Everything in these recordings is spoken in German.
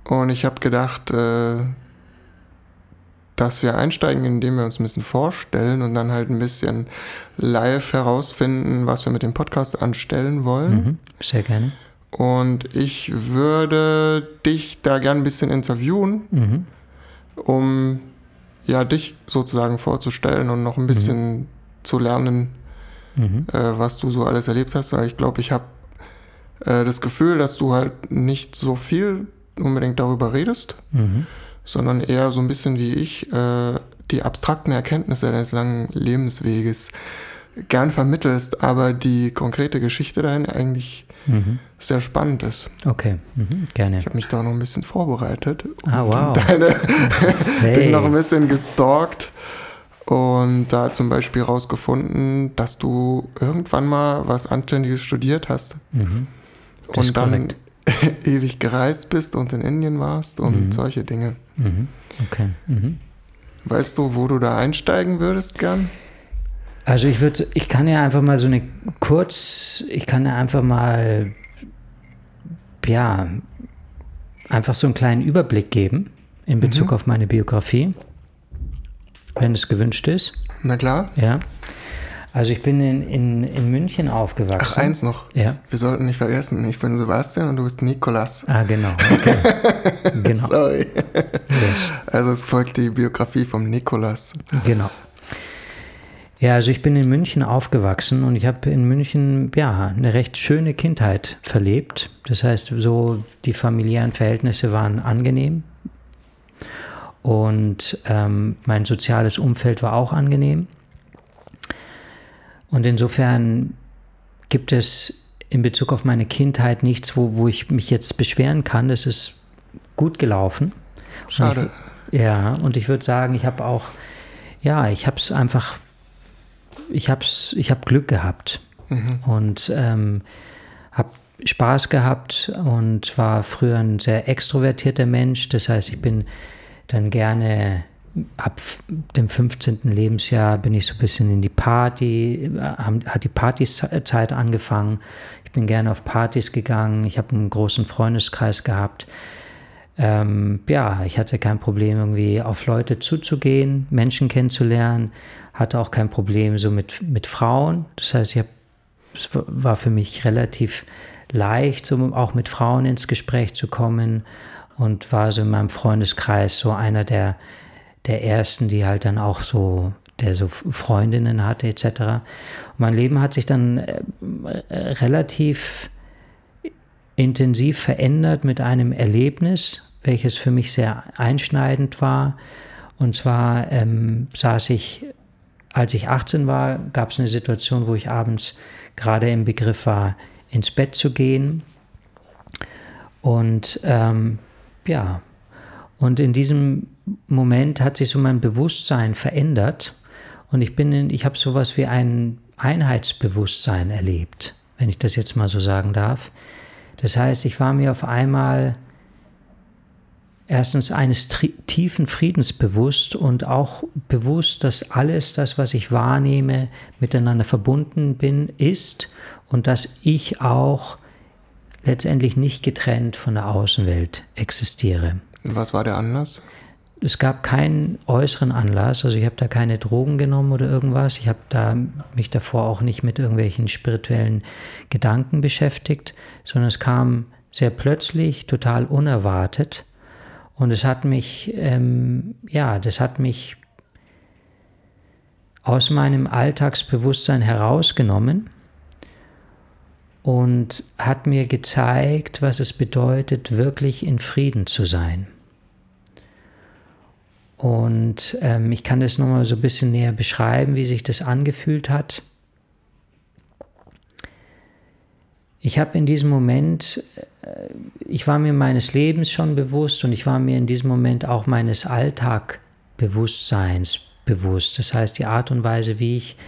Und ich habe gedacht, dass wir einsteigen, indem wir uns ein bisschen vorstellen und dann halt ein bisschen live herausfinden, was wir mit dem Podcast anstellen wollen. Sehr gerne. Und ich würde dich da gern ein bisschen interviewen, um dich sozusagen vorzustellen und noch ein bisschen zu lernen, was du so alles erlebt hast. Weil ich glaube, ich habe das Gefühl, dass du halt nicht so viel unbedingt darüber redest, sondern eher so ein bisschen wie ich die abstrakten Erkenntnisse deines langen Lebensweges gern vermittelst, aber die konkrete Geschichte dahin eigentlich sehr spannend ist. Okay, gerne. Ich habe mich da noch ein bisschen vorbereitet und wow. dich noch ein bisschen gestalkt und da zum Beispiel rausgefunden, dass du irgendwann mal was Anständiges studiert hast und dann korrekt. ewig gereist bist und in Indien warst und solche Dinge. Okay. Weißt du, wo du da einsteigen würdest gern? Also ich kann ja einfach mal einfach so einen kleinen Überblick geben in Bezug auf meine Biografie, wenn es gewünscht ist. Na klar. Ja. Also ich bin in München aufgewachsen. Ach, eins noch. Ja. Wir sollten nicht vergessen, ich bin Sebastian und du bist Nikolas. Ah, genau. Okay. Genau. Sorry. Yes. Also es folgt die Biografie vom Nikolas. Genau. Ja, also ich bin in München aufgewachsen und ich habe in München eine recht schöne Kindheit verlebt. Das heißt, so die familiären Verhältnisse waren angenehm und mein soziales Umfeld war auch angenehm. Und insofern gibt es in Bezug auf meine Kindheit nichts, wo ich mich jetzt beschweren kann. Das ist gut gelaufen. Schade. Und ich würde sagen, ich habe Glück gehabt und habe Spaß gehabt und war früher ein sehr extrovertierter Mensch. Das heißt, ich bin dann gerne ab dem 15. Lebensjahr bin ich so ein bisschen in die Party, hat die Partyzeit angefangen. Ich bin gerne auf Partys gegangen. Ich habe einen großen Freundeskreis gehabt. Ich hatte kein Problem, irgendwie auf Leute zuzugehen, Menschen kennenzulernen. Hatte auch kein Problem so mit Frauen. Das heißt, es war für mich relativ leicht, so auch mit Frauen ins Gespräch zu kommen und war so in meinem Freundeskreis so einer der ersten, die halt dann auch der so Freundinnen hatte etc. Und mein Leben hat sich dann relativ intensiv verändert mit einem Erlebnis, welches für mich sehr einschneidend war. Und zwar als ich 18 war, gab es eine Situation, wo ich abends gerade im Begriff war, ins Bett zu gehen. Und und in diesem Moment hat sich so mein Bewusstsein verändert und ich habe sowas wie ein Einheitsbewusstsein erlebt, wenn ich das jetzt mal so sagen darf. Das heißt, ich war mir auf einmal erstens eines tiefen Friedens bewusst und auch bewusst, dass alles das, was ich wahrnehme, miteinander verbunden ist und dass ich auch letztendlich nicht getrennt von der Außenwelt existiere. Was war der Anlass? Es gab keinen äußeren Anlass, also ich habe da keine Drogen genommen oder irgendwas. Ich habe mich davor auch nicht mit irgendwelchen spirituellen Gedanken beschäftigt, sondern es kam sehr plötzlich, total unerwartet. Und es hat mich, aus meinem Alltagsbewusstsein herausgenommen und hat mir gezeigt, was es bedeutet, wirklich in Frieden zu sein. Und ich kann das nochmal so ein bisschen näher beschreiben, wie sich das angefühlt hat. Ich habe in diesem Moment, ich war mir meines Lebens schon bewusst und ich war mir in diesem Moment auch meines Alltagbewusstseins bewusst. Das heißt, die Art und Weise, wie ich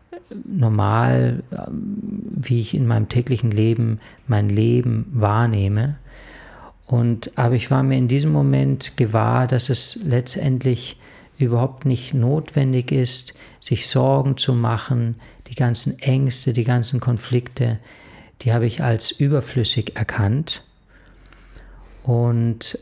in meinem täglichen Leben mein Leben wahrnehme. Aber ich war mir in diesem Moment gewahr, dass es letztendlich überhaupt nicht notwendig ist, sich Sorgen zu machen, die ganzen Ängste, die ganzen Konflikte, die habe ich als überflüssig erkannt. Und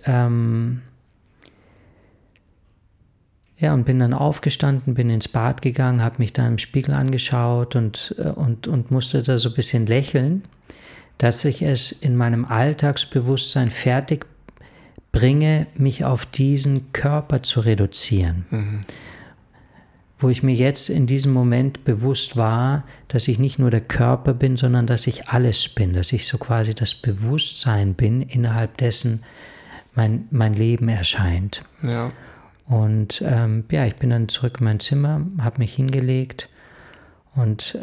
und bin dann aufgestanden, bin ins Bad gegangen, habe mich da im Spiegel angeschaut und musste da so ein bisschen lächeln, dass ich es in meinem Alltagsbewusstsein fertig bringe, mich auf diesen Körper zu reduzieren. Mhm. Wo ich mir jetzt in diesem Moment bewusst war, dass ich nicht nur der Körper bin, sondern dass ich alles bin, dass ich so quasi das Bewusstsein bin, innerhalb dessen mein Leben erscheint. Ja. Und ich bin dann zurück in mein Zimmer, habe mich hingelegt und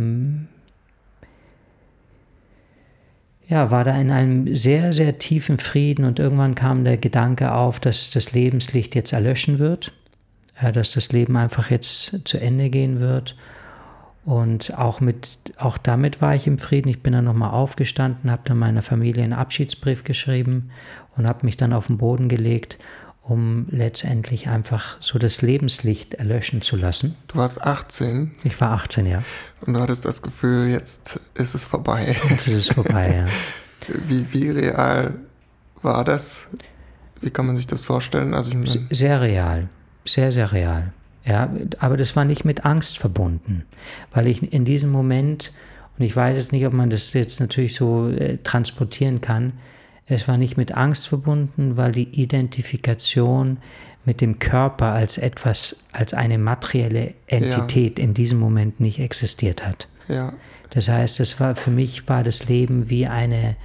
war da in einem sehr, sehr tiefen Frieden, und irgendwann kam der Gedanke auf, dass das Lebenslicht jetzt erlöschen wird, dass das Leben einfach jetzt zu Ende gehen wird. Und auch damit war ich im Frieden. Ich bin dann nochmal aufgestanden, habe dann meiner Familie einen Abschiedsbrief geschrieben und habe mich dann auf den Boden gelegt, um letztendlich einfach so das Lebenslicht erlöschen zu lassen. Du warst 18? Ich war 18, ja. Und du hattest das Gefühl, jetzt ist es vorbei. Jetzt ist es vorbei, ja. Wie real war das? Wie kann man sich das vorstellen? Also sehr real, sehr, sehr real. Ja, aber das war nicht mit Angst verbunden, weil ich in diesem Moment, und ich weiß jetzt nicht, ob man das jetzt natürlich so transportieren kann, es war nicht mit Angst verbunden, weil die Identifikation mit dem Körper als eine materielle Entität in diesem Moment nicht existiert hat. Ja. Das heißt, für mich war das Leben wie eine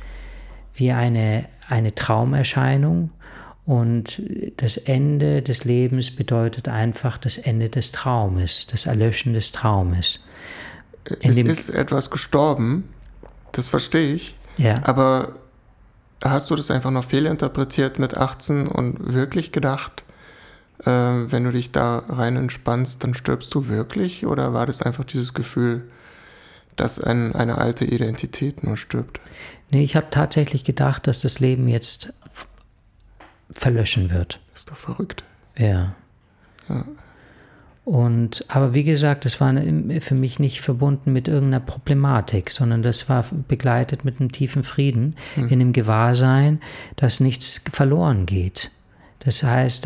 Traumerscheinung, und das Ende des Lebens bedeutet einfach das Ende des Traumes, das Erlöschen des Traumes. Es ist etwas gestorben, das verstehe ich, ja. Aber hast du das einfach noch fehlinterpretiert mit 18 und wirklich gedacht, wenn du dich da rein entspannst, dann stirbst du wirklich? Oder war das einfach dieses Gefühl, dass eine alte Identität nur stirbt? Nee, ich habe tatsächlich gedacht, dass das Leben jetzt verlöschen wird. Ist doch verrückt. Ja. Aber wie gesagt, das war für mich nicht verbunden mit irgendeiner Problematik, sondern das war begleitet mit einem tiefen Frieden, in dem Gewahrsein, dass nichts verloren geht. Das heißt,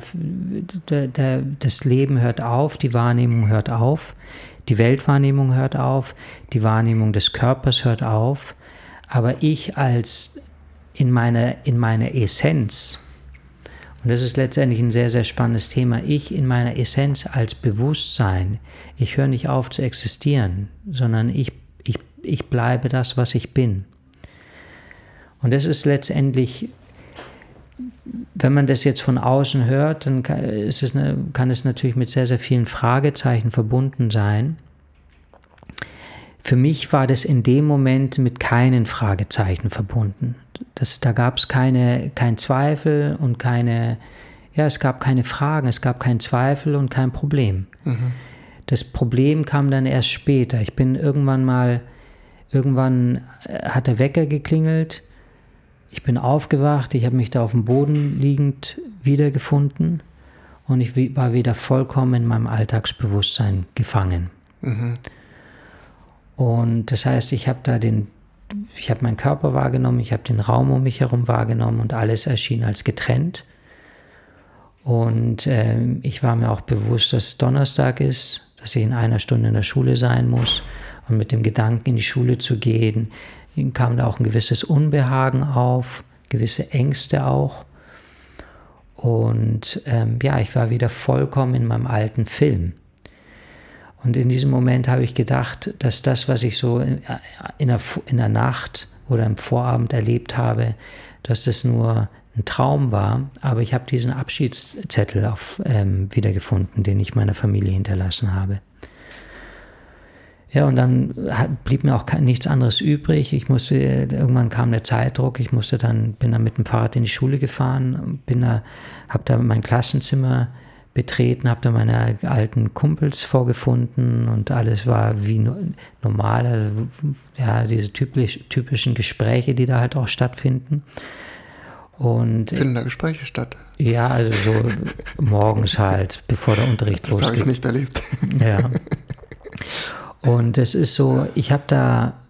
das Leben hört auf, die Wahrnehmung hört auf, die Weltwahrnehmung hört auf, die Wahrnehmung des Körpers hört auf, aber ich als in meiner Essenz, und das ist letztendlich ein sehr, sehr spannendes Thema. Ich in meiner Essenz als Bewusstsein, ich höre nicht auf zu existieren, sondern ich bleibe das, was ich bin. Und das ist letztendlich, wenn man das jetzt von außen hört, dann kann es natürlich mit sehr, sehr vielen Fragezeichen verbunden sein. Für mich war das in dem Moment mit keinen Fragezeichen verbunden. Da gab es kein Zweifel und es gab keine Fragen, es gab keinen Zweifel und kein Problem. Mhm. Das Problem kam dann erst später. Irgendwann hat der Wecker geklingelt, ich bin aufgewacht, ich habe mich da auf dem Boden liegend wiedergefunden und ich war wieder vollkommen in meinem Alltagsbewusstsein gefangen. Mhm. Und das heißt, ich habe meinen Körper wahrgenommen, ich habe den Raum um mich herum wahrgenommen und alles erschien als getrennt. Und ich war mir auch bewusst, dass es Donnerstag ist, dass ich in einer Stunde in der Schule sein muss. Und mit dem Gedanken, in die Schule zu gehen, kam da auch ein gewisses Unbehagen auf, gewisse Ängste auch. Und ich war wieder vollkommen in meinem alten Film. Und in diesem Moment habe ich gedacht, dass das, was ich so in der Nacht oder im Vorabend erlebt habe, dass das nur ein Traum war. Aber ich habe diesen Abschiedszettel wiedergefunden, den ich meiner Familie hinterlassen habe. Ja, und dann blieb mir auch nichts anderes übrig. Irgendwann kam der Zeitdruck, bin dann mit dem Fahrrad in die Schule gefahren, habe da mein Klassenzimmer betreten, habe da meine alten Kumpels vorgefunden und alles war wie normal, also, ja, diese typischen Gespräche, die da halt auch stattfinden. Finden da Gespräche statt? Ja, also so morgens halt, bevor der Unterricht losgeht. Das habe ich nicht erlebt. Ja. Und es ist so, ich habe da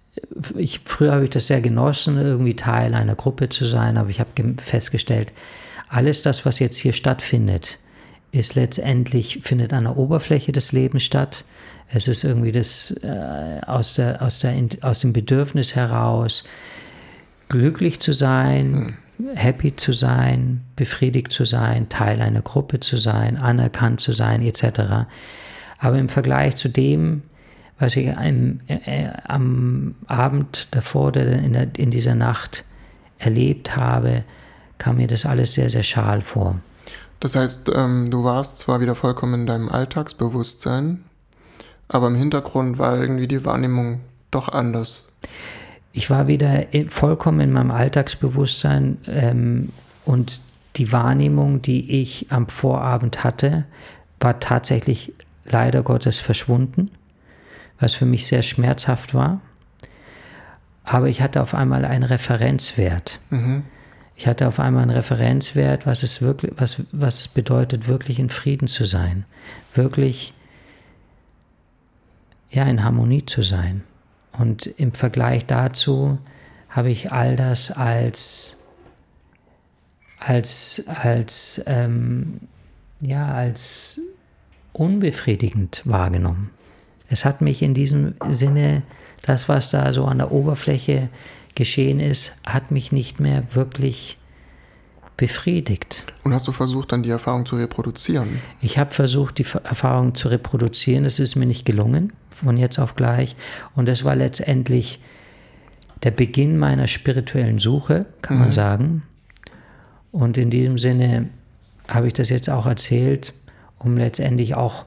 früher habe ich das sehr genossen, irgendwie Teil einer Gruppe zu sein, aber ich habe festgestellt, alles das, was jetzt hier stattfindet, ist letztendlich, findet an der Oberfläche des Lebens statt. Es ist irgendwie das aus dem Bedürfnis heraus, glücklich zu sein, happy zu sein, befriedigt zu sein, Teil einer Gruppe zu sein, anerkannt zu sein, etc. Aber im Vergleich zu dem, was ich am Abend davor oder in dieser Nacht erlebt habe, kam mir das alles sehr, sehr schal vor. Das heißt, du warst zwar wieder vollkommen in deinem Alltagsbewusstsein, aber im Hintergrund war irgendwie die Wahrnehmung doch anders. Ich war wieder vollkommen in meinem Alltagsbewusstsein und die Wahrnehmung, die ich am Vorabend hatte, war tatsächlich leider Gottes verschwunden, was für mich sehr schmerzhaft war. Aber ich hatte auf einmal einen Referenzwert. Mhm. Ich hatte auf einmal einen Referenzwert, was es bedeutet, wirklich in Frieden zu sein, wirklich in Harmonie zu sein. Und im Vergleich dazu habe ich all das als unbefriedigend wahrgenommen. Es hat mich in diesem Sinne, das, was da so an der Oberfläche geschehen ist, hat mich nicht mehr wirklich befriedigt. Und hast du versucht, dann die Erfahrung zu reproduzieren? Ich habe versucht, die Erfahrung zu reproduzieren. Das ist mir nicht gelungen, von jetzt auf gleich. Und das war letztendlich der Beginn meiner spirituellen Suche, kann man sagen. Und in diesem Sinne habe ich das jetzt auch erzählt, um letztendlich auch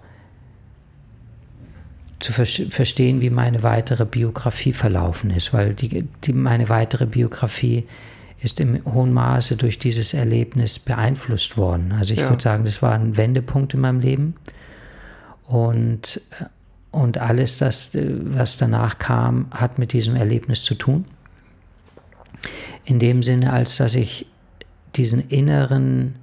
zu verstehen, wie meine weitere Biografie verlaufen ist, weil meine weitere Biografie ist im hohen Maße durch dieses Erlebnis beeinflusst worden. Also ich würde sagen, das war ein Wendepunkt in meinem Leben und alles das, was danach kam, hat mit diesem Erlebnis zu tun. In dem Sinne, als dass ich diesen inneren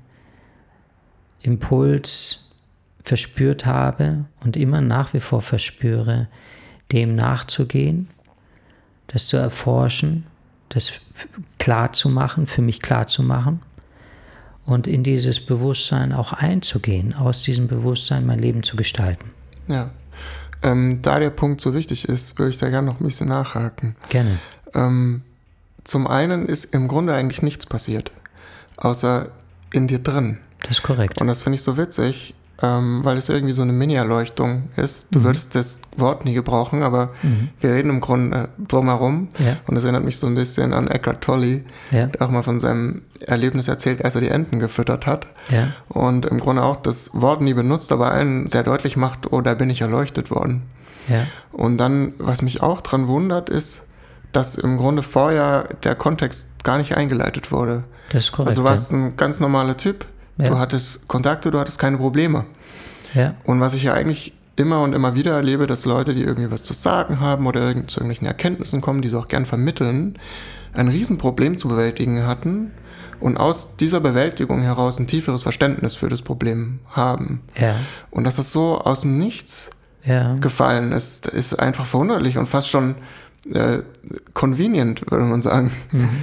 Impuls verspürt habe und immer nach wie vor verspüre, dem nachzugehen, das zu erforschen, das klar zu machen, für mich klar zu machen und in dieses Bewusstsein auch einzugehen, aus diesem Bewusstsein mein Leben zu gestalten. Ja, da der Punkt so wichtig ist, würde ich da gerne noch ein bisschen nachhaken. Gerne. Zum einen ist im Grunde eigentlich nichts passiert, außer in dir drin. Das ist korrekt. Und das finde ich so witzig, weil es irgendwie so eine Mini-Erleuchtung ist. Du würdest das Wort nie gebrauchen, aber wir reden im Grunde drumherum. Ja. Und das erinnert mich so ein bisschen an Eckhart Tolle, der auch mal von seinem Erlebnis erzählt, als er die Enten gefüttert hat. Ja. Und im Grunde auch das Wort nie benutzt, aber allen sehr deutlich macht, oh, da bin ich erleuchtet worden. Ja. Und dann, was mich auch dran wundert, ist, dass im Grunde vorher der Kontext gar nicht eingeleitet wurde. Das ist korrekt. Also du warst ein ganz normaler Typ. Ja. Du hattest Kontakte, du hattest keine Probleme. Ja. Und was ich ja eigentlich immer und immer wieder erlebe, dass Leute, die irgendwie was zu sagen haben oder zu irgendwelchen Erkenntnissen kommen, die sie auch gern vermitteln, ein Riesenproblem zu bewältigen hatten und aus dieser Bewältigung heraus ein tieferes Verständnis für das Problem haben. Ja. Und dass das so aus dem Nichts gefallen ist einfach verwunderlich und fast schon convenient, würde man sagen.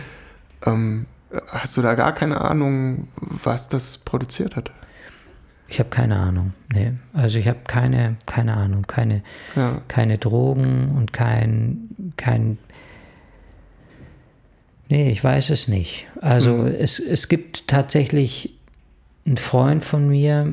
Hast du da gar keine Ahnung, was das produziert hat? Ich habe keine Ahnung, nee. Also ich habe keine Ahnung, keine Drogen und nee, ich weiß es nicht. Also es gibt tatsächlich einen Freund von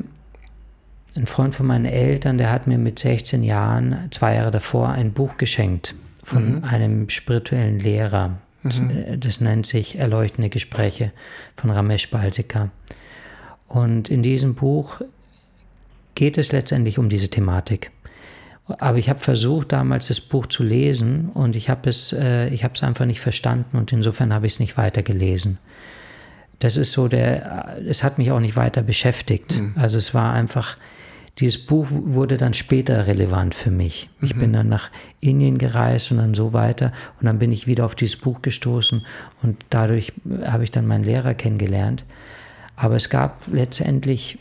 meinen Eltern, der hat mir mit 16 Jahren, 2 Jahre davor, ein Buch geschenkt von einem spirituellen Lehrer. Das nennt sich Erleuchtende Gespräche von Ramesh Balsekar. Und in diesem Buch geht es letztendlich um diese Thematik. Aber ich habe versucht, damals das Buch zu lesen und ich habe es einfach nicht verstanden und insofern habe ich es nicht weitergelesen. Das ist so es hat mich auch nicht weiter beschäftigt. Also es war einfach, dieses Buch wurde dann später relevant für mich. Ich bin dann nach Indien gereist und dann so weiter und dann bin ich wieder auf dieses Buch gestoßen und dadurch habe ich dann meinen Lehrer kennengelernt. Aber es gab letztendlich,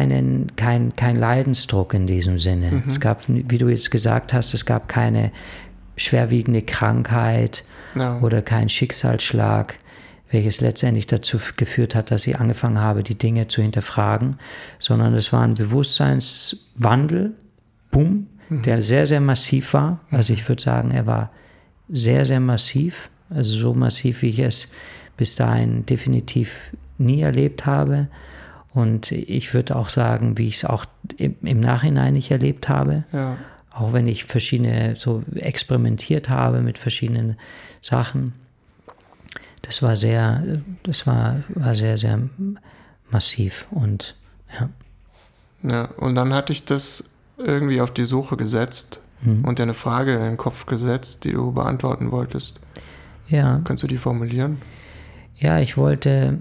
kein Leidensdruck in diesem Sinne. Es gab, wie du jetzt gesagt hast, es gab keine schwerwiegende Krankheit oder kein Schicksalsschlag, welches letztendlich dazu geführt hat, dass ich angefangen habe, die Dinge zu hinterfragen, sondern es war ein Bewusstseinswandel, der sehr, sehr massiv war. Also ich würde sagen, er war sehr, sehr massiv, also so massiv, wie ich es bis dahin definitiv nie erlebt habe. Und ich würde auch sagen, wie ich es auch im Nachhinein nicht erlebt habe. Ja. Auch wenn ich so experimentiert habe mit verschiedenen Sachen. Das war sehr, sehr massiv und ja. Ja, und dann hatte ich das irgendwie auf die Suche gesetzt und dir eine Frage in den Kopf gesetzt, die du beantworten wolltest. Ja. Kannst du die formulieren? Ja, ich wollte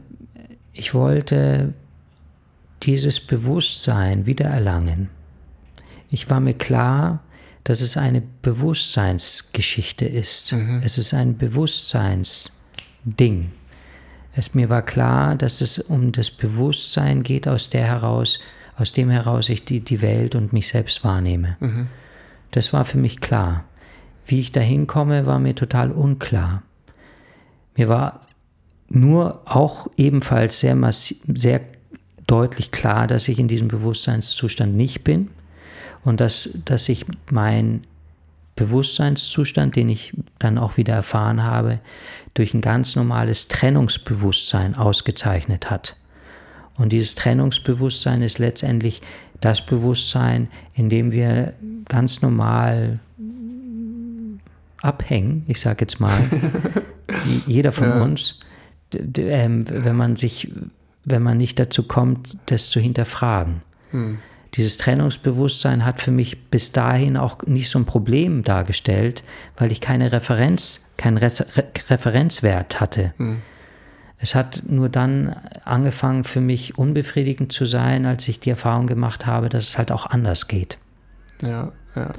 dieses Bewusstsein wiedererlangen. Ich war mir klar, dass es eine Bewusstseinsgeschichte ist. Es ist ein Bewusstseinsding. Mir war klar, dass es um das Bewusstsein geht, aus dem heraus ich die Welt und mich selbst wahrnehme. Das war für mich klar. Wie ich dahin komme, war mir total unklar. Mir war nur auch ebenfalls sehr deutlich klar, dass ich in diesem Bewusstseinszustand nicht bin und dass ich mein Bewusstseinszustand, den ich dann auch wieder erfahren habe, durch ein ganz normales Trennungsbewusstsein ausgezeichnet hat. Und dieses Trennungsbewusstsein ist letztendlich das Bewusstsein, in dem wir ganz normal abhängen, ich sage jetzt mal, jeder von uns, wenn man nicht dazu kommt, das zu hinterfragen. Dieses Trennungsbewusstsein hat für mich bis dahin auch nicht so ein Problem dargestellt, weil ich keinen Referenzwert hatte. Es hat nur dann angefangen für mich unbefriedigend zu sein, als ich die Erfahrung gemacht habe, dass es halt auch anders geht. Ja.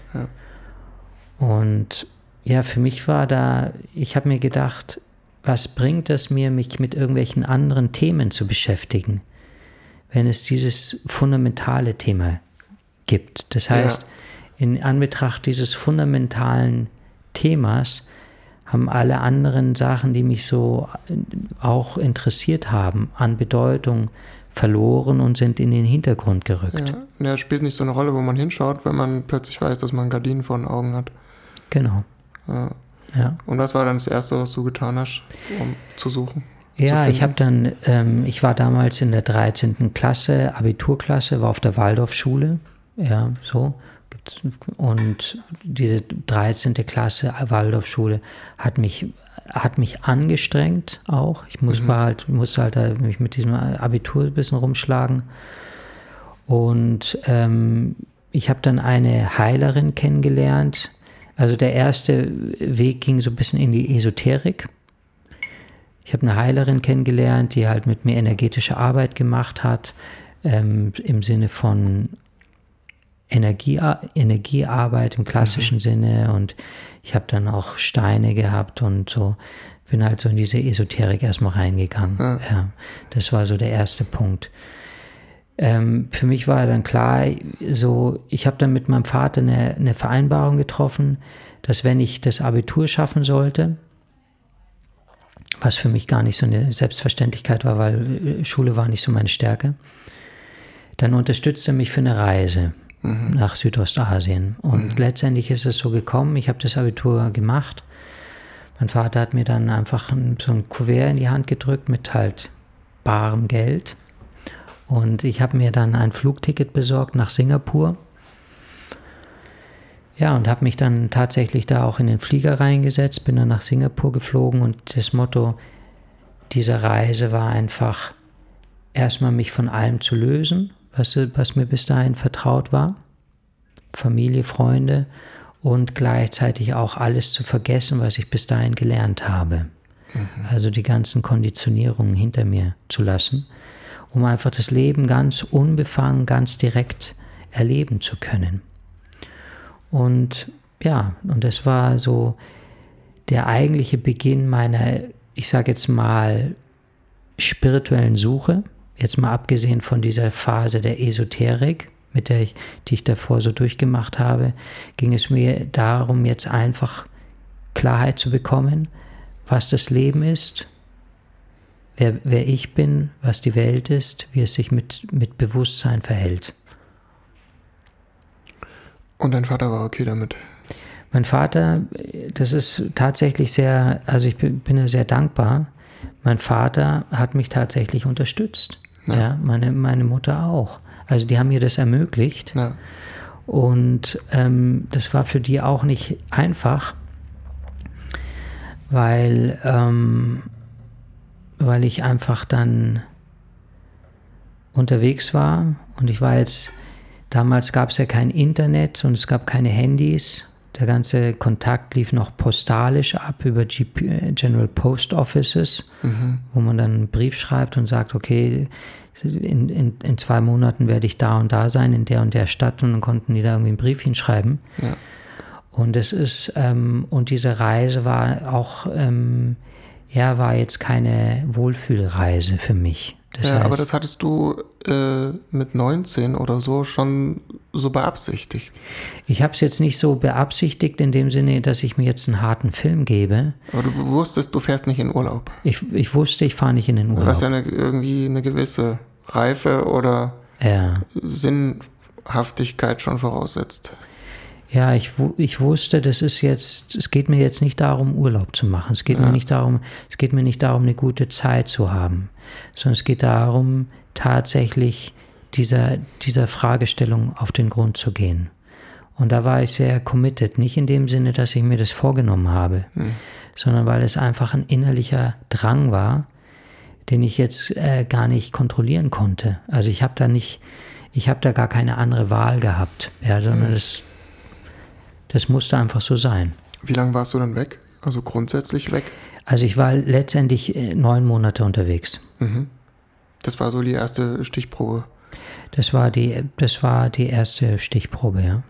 Und ja, für mich ich habe mir gedacht, was bringt es mir, mich mit irgendwelchen anderen Themen zu beschäftigen, wenn es dieses fundamentale Thema gibt. Das heißt, in Anbetracht dieses fundamentalen Themas haben alle anderen Sachen, die mich so auch interessiert haben, an Bedeutung verloren und sind in den Hintergrund gerückt. Ja, spielt nicht so eine Rolle, wo man hinschaut, wenn man plötzlich weiß, dass man Gardinen vor den Augen hat. Genau. Ja. Und was war dann das Erste, was du getan hast, um zu suchen? Ja, ich war damals in der 13. Klasse, Abiturklasse, war auf der Waldorfschule, ja, so. Und diese 13. Klasse Waldorfschule hat mich angestrengt auch. Ich musste halt mich mit diesem Abitur ein bisschen rumschlagen. Und ich habe dann eine Heilerin kennengelernt. Also der erste Weg ging so ein bisschen in die Esoterik. Ich habe eine Heilerin kennengelernt, die halt mit mir energetische Arbeit gemacht hat, im Sinne von Energiearbeit im klassischen Sinne, und ich habe dann auch Steine gehabt und so, bin halt so in diese Esoterik erstmal reingegangen. Ja, das war so der erste Punkt. Für mich war dann klar, so, ich habe dann mit meinem Vater eine Vereinbarung getroffen, dass wenn ich das Abitur schaffen sollte, was für mich gar nicht so eine Selbstverständlichkeit war, weil Schule war nicht so meine Stärke, dann unterstützt er mich für eine Reise nach Südostasien. Und letztendlich ist es so gekommen, ich habe das Abitur gemacht. Mein Vater hat mir dann einfach so ein Kuvert in die Hand gedrückt mit halt barem Geld. Und ich habe mir dann ein Flugticket besorgt nach Singapur. Ja, und habe mich dann tatsächlich da auch in den Flieger reingesetzt, bin dann nach Singapur geflogen, und das Motto dieser Reise war einfach, erstmal mich von allem zu lösen, was mir bis dahin vertraut war, Familie, Freunde, und gleichzeitig auch alles zu vergessen, was ich bis dahin gelernt habe. Also die ganzen Konditionierungen hinter mir zu lassen, um einfach das Leben ganz unbefangen, ganz direkt erleben zu können. Und ja, und das war so der eigentliche Beginn meiner, ich sage jetzt mal, spirituellen Suche. Jetzt mal abgesehen von dieser Phase der Esoterik, die ich davor so durchgemacht habe, ging es mir darum, jetzt einfach Klarheit zu bekommen, was das Leben ist, wer ich bin, was die Welt ist, wie es sich mit Bewusstsein verhält. Und dein Vater war okay damit? Mein Vater, das ist tatsächlich sehr, also ich bin ja sehr dankbar. Mein Vater hat mich tatsächlich unterstützt. Ja, meine Mutter auch. Also die haben mir das ermöglicht. Ja. Und das war für die auch nicht einfach, weil ich einfach dann unterwegs war. Und ich war jetzt, damals gab es ja kein Internet und es gab keine Handys. Der ganze Kontakt lief noch postalisch ab über General Post Offices, wo man dann einen Brief schreibt und sagt, okay, in 2 Monaten werde ich da und da sein, in der und der Stadt, und dann konnten die da irgendwie einen Brief hinschreiben. Ja. Und es ist, und diese Reise war auch, war jetzt keine Wohlfühlreise für mich. Das heißt, aber das hattest du mit 19 oder so schon so beabsichtigt. Ich habe es jetzt nicht so beabsichtigt in dem Sinne, dass ich mir jetzt einen harten Film gebe. Aber du wusstest, du fährst nicht in Urlaub. Ich wusste, ich fahre nicht in den Urlaub. Was ja irgendwie eine gewisse Reife oder Sinnhaftigkeit schon voraussetzt. Ja, ich wusste, es geht mir jetzt nicht darum, Urlaub zu machen. Es geht mir nicht darum, eine gute Zeit zu haben, sondern es geht darum, tatsächlich dieser Fragestellung auf den Grund zu gehen. Und da war ich sehr committed, nicht in dem Sinne, dass ich mir das vorgenommen habe, sondern weil es einfach ein innerlicher Drang war, den ich jetzt gar nicht kontrollieren konnte. Also ich habe da gar keine andere Wahl gehabt, sondern das musste einfach so sein. Wie lange warst du dann weg? Also grundsätzlich weg? Also ich war letztendlich 9 Monate unterwegs. Das war so die erste Stichprobe? Das war die erste Stichprobe, ja.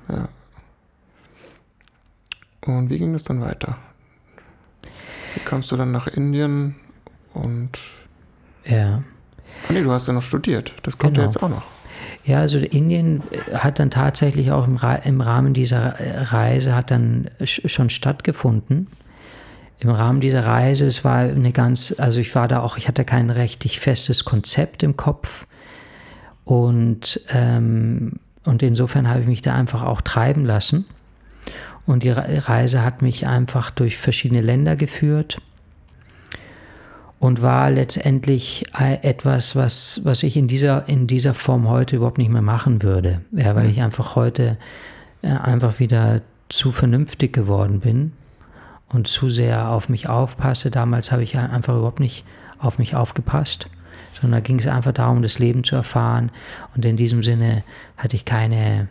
Und wie ging das dann weiter? Wie kamst du dann nach Indien und... Ja. Ah nee, du hast ja noch studiert. Das kommt ja jetzt auch noch. Ja, also Indien hat dann tatsächlich auch im Rahmen dieser Reise hat dann schon stattgefunden. Im Rahmen dieser Reise, es war ich hatte kein richtig festes Konzept im Kopf und insofern habe ich mich da einfach auch treiben lassen. Und die Reise hat mich einfach durch verschiedene Länder geführt und war letztendlich etwas, was ich in dieser Form heute überhaupt nicht mehr machen würde. Ja, weil ich einfach heute einfach wieder zu vernünftig geworden bin und zu sehr auf mich aufpasse. Damals habe ich einfach überhaupt nicht auf mich aufgepasst, sondern da ging es einfach darum, das Leben zu erfahren. Und in diesem Sinne hatte ich keine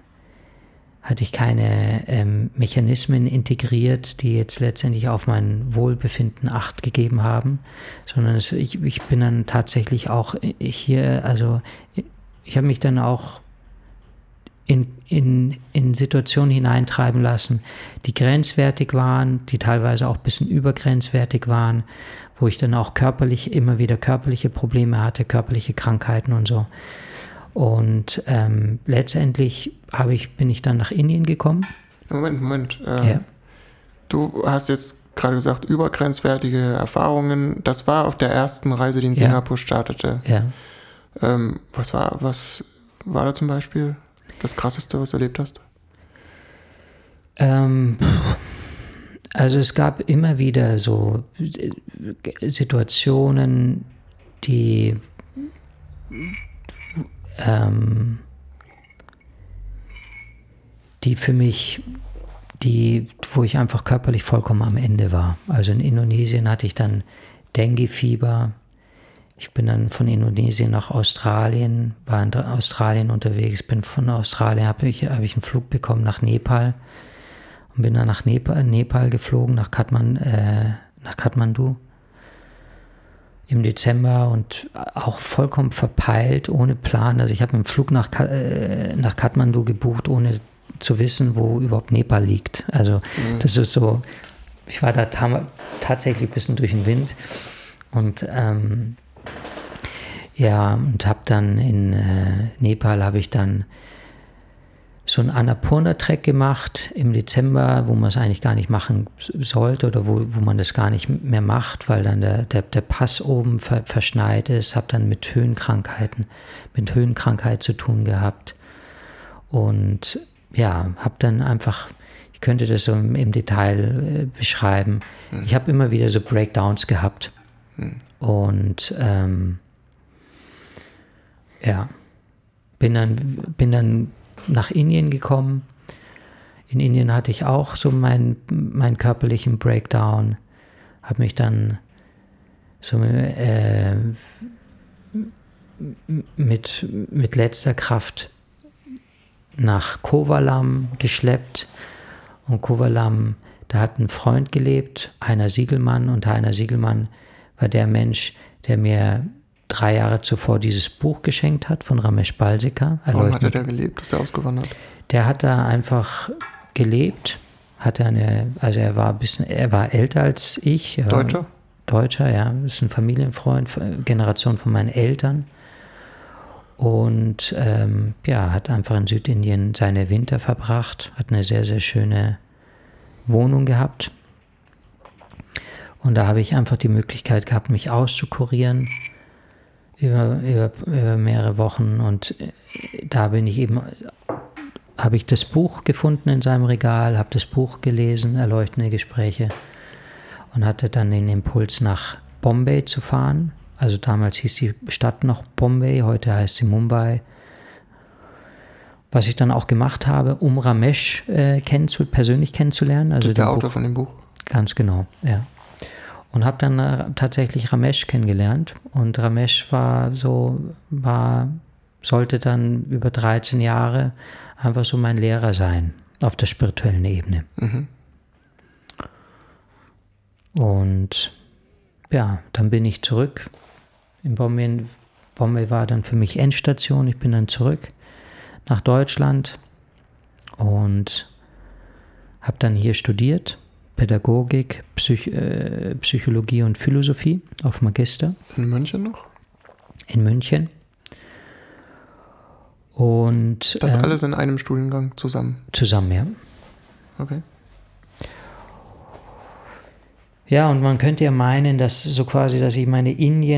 Mechanismen integriert, die jetzt letztendlich auf mein Wohlbefinden Acht gegeben haben, sondern ich bin dann tatsächlich auch hier, also ich habe mich dann auch in Situationen hineintreiben lassen, die grenzwertig waren, die teilweise auch ein bisschen übergrenzwertig waren, wo ich dann auch immer wieder körperliche Probleme hatte, körperliche Krankheiten und so. Und letztendlich bin ich dann nach Indien gekommen. Moment. Du hast jetzt gerade gesagt, übergrenzwertige Erfahrungen. Das war auf der ersten Reise, die in Singapur startete. Ja. Was war da zum Beispiel das Krasseste, was du erlebt hast? Also es gab immer wieder so Situationen, die für mich, wo ich einfach körperlich vollkommen am Ende war. Also in Indonesien hatte ich dann Dengue-Fieber. Ich bin dann von Indonesien nach Australien, war in Australien unterwegs, bin von Australien, habe ich einen Flug bekommen nach Nepal und bin dann nach Nepal geflogen, nach Kathmandu im Dezember und auch vollkommen verpeilt, ohne Plan. Also ich habe einen Flug nach Kathmandu gebucht, ohne zu wissen, wo überhaupt Nepal liegt. Also das ist so, ich war da tatsächlich ein bisschen durch den Wind und und habe dann in Nepal habe ich dann so einen Annapurna-Trek gemacht im Dezember, wo man es eigentlich gar nicht machen sollte oder wo man das gar nicht mehr macht, weil dann der Pass oben verschneit ist. Habe dann mit Höhenkrankheit zu tun gehabt. Und ja, habe dann einfach, ich könnte das so im Detail beschreiben. Ich habe immer wieder so Breakdowns gehabt. Und ja, bin dann nach Indien gekommen. In Indien hatte ich auch so meinen körperlichen Breakdown. Habe mich dann so mit letzter Kraft nach Kovalam geschleppt. Und Kovalam, da hat ein Freund gelebt, Heiner Siegelmann. Und Heiner Siegelmann war der Mensch, der mir 3 Jahre zuvor dieses Buch geschenkt hat von Ramesh Balsekar. Warum hat er da gelebt? Ist er ausgewandert? Der hat da einfach gelebt. Er war älter als ich. Deutscher? Deutscher, ja. Ist ein Familienfreund, Generation von meinen Eltern. Und hat einfach in Südindien seine Winter verbracht. Hat eine sehr, sehr schöne Wohnung gehabt. Und da habe ich einfach die Möglichkeit gehabt, mich auszukurieren über mehrere Wochen. Und da habe ich das Buch gefunden in seinem Regal, habe das Buch gelesen, Erleuchtende Gespräche, und hatte dann den Impuls, nach Bombay zu fahren. Also damals hieß die Stadt noch Bombay, heute heißt sie Mumbai. Was ich dann auch gemacht habe, um Ramesh persönlich kennenzulernen. Also das ist der Autor von dem Buch? Ganz genau, ja. Und habe dann tatsächlich Ramesh kennengelernt. Und Ramesh sollte dann über 13 Jahre einfach so mein Lehrer sein, auf der spirituellen Ebene. Mhm. Und ja, dann bin ich zurück. In Bombay war dann für mich Endstation. Ich bin dann zurück nach Deutschland und habe dann hier studiert. Pädagogik, Psychologie und Philosophie auf Magister. In München noch? In München. Und das alles in einem Studiengang zusammen? Zusammen, ja. Okay. Ja, und man könnte ja meinen, dass ich meine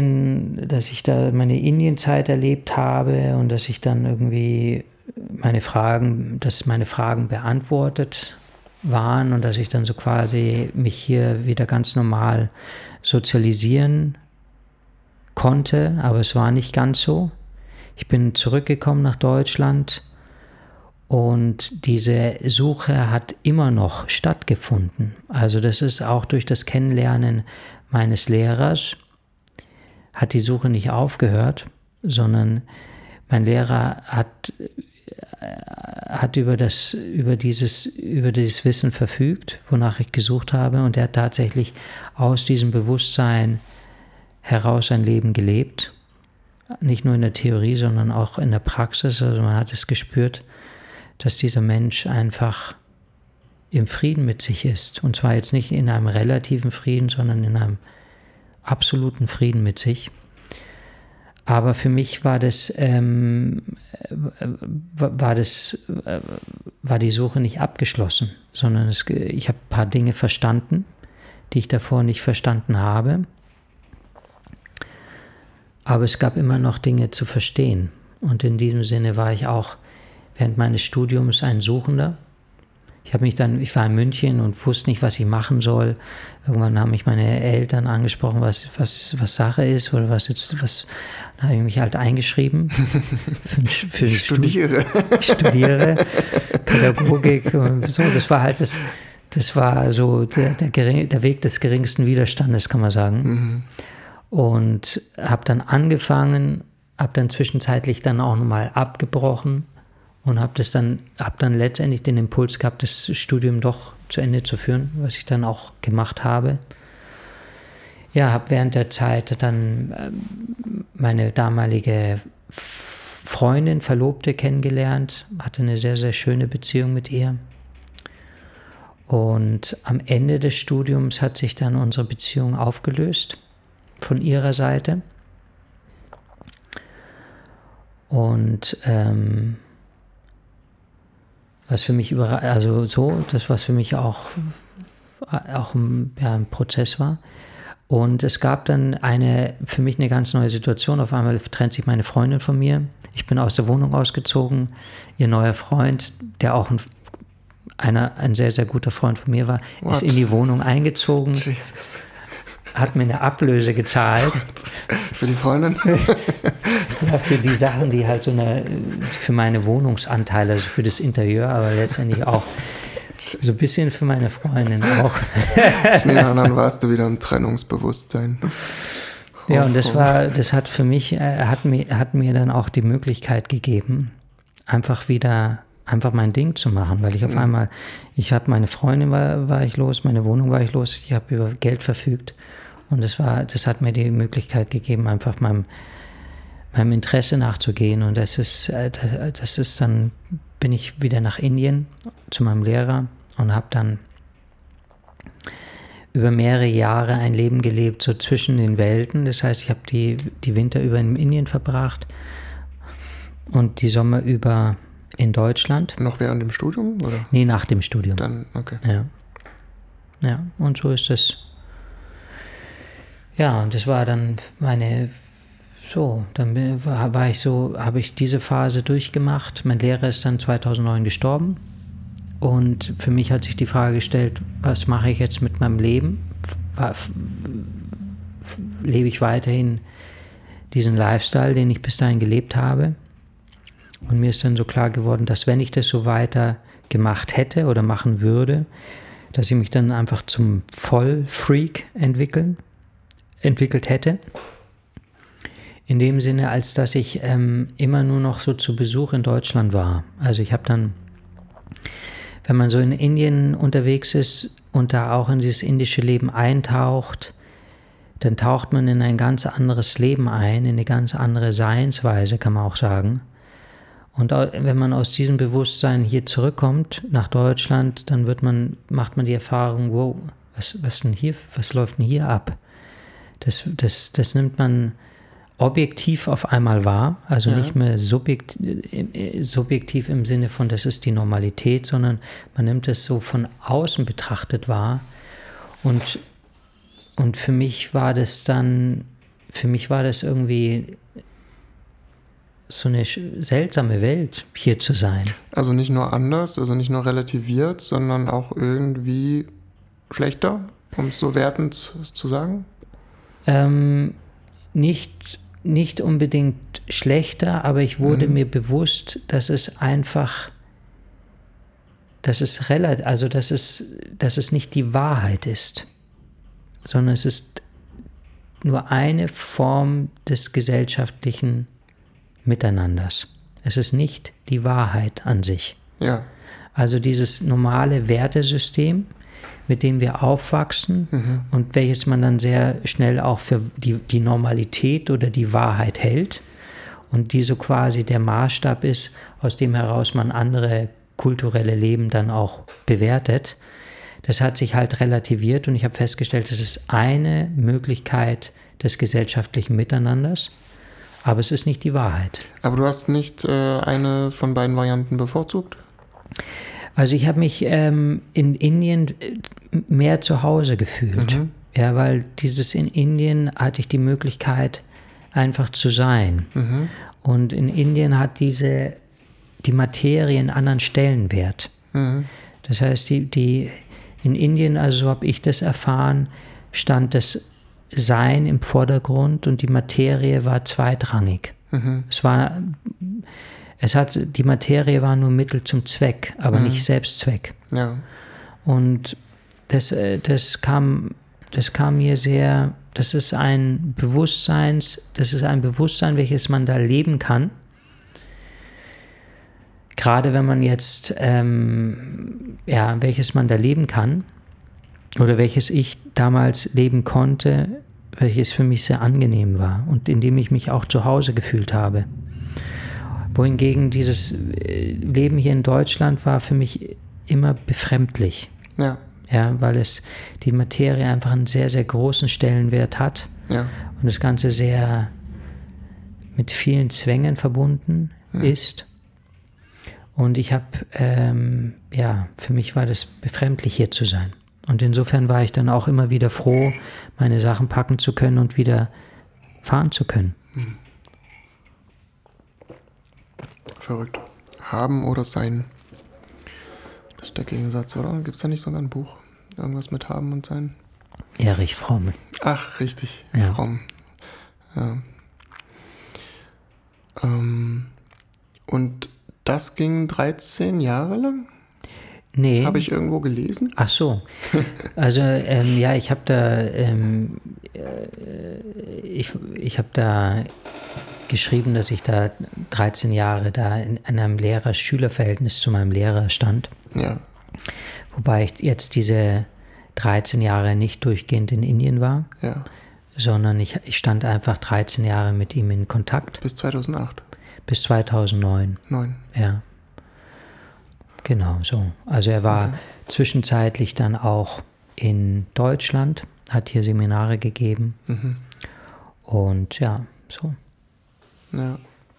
Indienzeit erlebt habe und dass ich dann irgendwie meine Fragen beantwortet waren und dass ich dann so quasi mich hier wieder ganz normal sozialisieren konnte, aber es war nicht ganz so. Ich bin zurückgekommen nach Deutschland und diese Suche hat immer noch stattgefunden. Also das ist auch durch das Kennenlernen meines Lehrers, hat die Suche nicht aufgehört, sondern mein Lehrer hat über dieses Wissen verfügt, wonach ich gesucht habe, und er hat tatsächlich aus diesem Bewusstsein heraus ein Leben gelebt. Nicht nur in der Theorie, sondern auch in der Praxis. Also man hat es gespürt, dass dieser Mensch einfach im Frieden mit sich ist. Und zwar jetzt nicht in einem relativen Frieden, sondern in einem absoluten Frieden mit sich. Aber für mich war die Suche nicht abgeschlossen, sondern ich habe ein paar Dinge verstanden, die ich davor nicht verstanden habe. Aber es gab immer noch Dinge zu verstehen. Und in diesem Sinne war ich auch während meines Studiums ein Suchender. Ich war in München und wusste nicht, was ich machen soll. Irgendwann haben mich meine Eltern angesprochen, was Sache ist oder was. Dann habe ich mich halt eingeschrieben. Ich studiere Pädagogik und so. Das war halt das war so der Weg des geringsten Widerstandes, kann man sagen. Mhm. Und habe dann angefangen, habe dann zwischenzeitlich dann auch nochmal abgebrochen. Und habe dann letztendlich den Impuls gehabt, das Studium doch zu Ende zu führen, was ich dann auch gemacht habe. Ja, habe während der Zeit dann meine damalige Freundin, Verlobte kennengelernt, hatte eine sehr, sehr schöne Beziehung mit ihr. Und am Ende des Studiums hat sich dann unsere Beziehung aufgelöst, von ihrer Seite. Und was für mich was für mich auch ein Prozess war. Und es gab dann für mich eine ganz neue Situation. Auf einmal trennt sich meine Freundin von mir. Ich bin aus der Wohnung ausgezogen. Ihr neuer Freund, der auch ein sehr, sehr guter Freund von mir war, ist in die Wohnung eingezogen. Jesus. Hat mir eine Ablöse gezahlt. Für die Freundin? Ja, für die Sachen, die halt für meine Wohnungsanteile, also für das Interieur, aber letztendlich auch so ein bisschen für meine Freundin auch. Dann warst du wieder im Trennungsbewusstsein. Ja, und das hat für mich, hat mir dann auch die Möglichkeit gegeben, einfach mein Ding zu machen, weil ich auf einmal, meine Freundin war ich los, meine Wohnung war ich los, ich habe über Geld verfügt und das hat mir die Möglichkeit gegeben, einfach meinem Interesse nachzugehen und das ist dann, bin ich wieder nach Indien zu meinem Lehrer und habe dann über mehrere Jahre ein Leben gelebt, so zwischen den Welten. Das heißt, ich habe die Winter über in Indien verbracht und die Sommer über in Deutschland. Noch während dem Studium? Oder? Nee, nach dem Studium. Dann, okay. Ja, und so ist das. Ja, und das war dann habe ich diese Phase durchgemacht. Mein Lehrer ist dann 2009 gestorben. Und für mich hat sich die Frage gestellt, was mache ich jetzt mit meinem Leben? Lebe ich weiterhin diesen Lifestyle, den ich bis dahin gelebt habe? Und mir ist dann so klar geworden, dass wenn ich das so weiter gemacht hätte oder machen würde, dass ich mich dann einfach zum Vollfreak entwickelt hätte. In dem Sinne, als dass ich immer nur noch so zu Besuch in Deutschland war. Also ich habe dann, wenn man so in Indien unterwegs ist und da auch in dieses indische Leben eintaucht, dann taucht man in ein ganz anderes Leben ein, in eine ganz andere Seinsweise, kann man auch sagen. Und wenn man aus diesem Bewusstsein hier zurückkommt nach Deutschland, dann macht man die Erfahrung, wow, was läuft denn hier ab? Das nimmt man objektiv auf einmal wahr, also nicht mehr subjektiv im Sinne von, das ist die Normalität, sondern man nimmt es so von außen betrachtet wahr. Und für mich war das irgendwie so eine seltsame Welt, hier zu sein. Also nicht nur anders, also nicht nur relativiert, sondern auch irgendwie schlechter, um es so wertend zu sagen? Nicht unbedingt schlechter, aber ich wurde mir bewusst, dass es nicht die Wahrheit ist, sondern es ist nur eine Form des gesellschaftlichen Miteinanders. Es ist nicht die Wahrheit an sich. Ja. Also dieses normale Wertesystem, mit dem wir aufwachsen und welches man dann sehr schnell auch für die Normalität oder die Wahrheit hält und die so quasi der Maßstab ist, aus dem heraus man andere kulturelle Leben dann auch bewertet. Das hat sich halt relativiert und ich habe festgestellt, es ist eine Möglichkeit des gesellschaftlichen Miteinanders, aber es ist nicht die Wahrheit. Aber du hast nicht eine von beiden Varianten bevorzugt? Also ich habe mich in Indien mehr zu Hause gefühlt. Ja, weil in Indien hatte ich die Möglichkeit, einfach zu sein. Und in Indien hat die Materie einen anderen Stellenwert. Das heißt, in Indien, also so habe ich das erfahren, stand das Sein im Vordergrund und die Materie war zweitrangig. Die Materie war nur Mittel zum Zweck, aber nicht Selbstzweck. Ja. Und das kam mir sehr, das ist ein Bewusstsein, welches man da leben kann. Gerade wenn man jetzt, welches man da leben kann oder welches ich damals leben konnte, welches für mich sehr angenehm war und in dem ich mich auch zu Hause gefühlt habe. Wohingegen dieses Leben hier in Deutschland war für mich immer befremdlich. Ja. Ja, weil die Materie einfach einen sehr, sehr großen Stellenwert hat. Ja. Und das Ganze sehr mit vielen Zwängen verbunden ist. Und ich habe, für mich war das befremdlich, hier zu sein. Und insofern war ich dann auch immer wieder froh, meine Sachen packen zu können und wieder fahren zu können. Verrückt. Haben oder sein. Das ist der Gegensatz, oder? Gibt es da nicht sogar ein Buch? Irgendwas mit haben und sein? Erich Fromm. Ach, richtig. Ja. Fromm. Ja. Und das ging 13 Jahre lang? Nee. Habe ich irgendwo gelesen? Ach so. Also, ich habe da, ich habe da geschrieben, dass ich da 13 Jahre da in einem Lehrer-Schüler-Verhältnis zu meinem Lehrer stand. Ja. Wobei ich jetzt diese 13 Jahre nicht durchgehend in Indien war, sondern ich stand einfach 13 Jahre mit ihm in Kontakt. Bis 2008? Bis 2009. 9. Ja. Genau, so. Also er war zwischenzeitlich dann auch in Deutschland, hat hier Seminare gegeben. Und ja, so. Ja.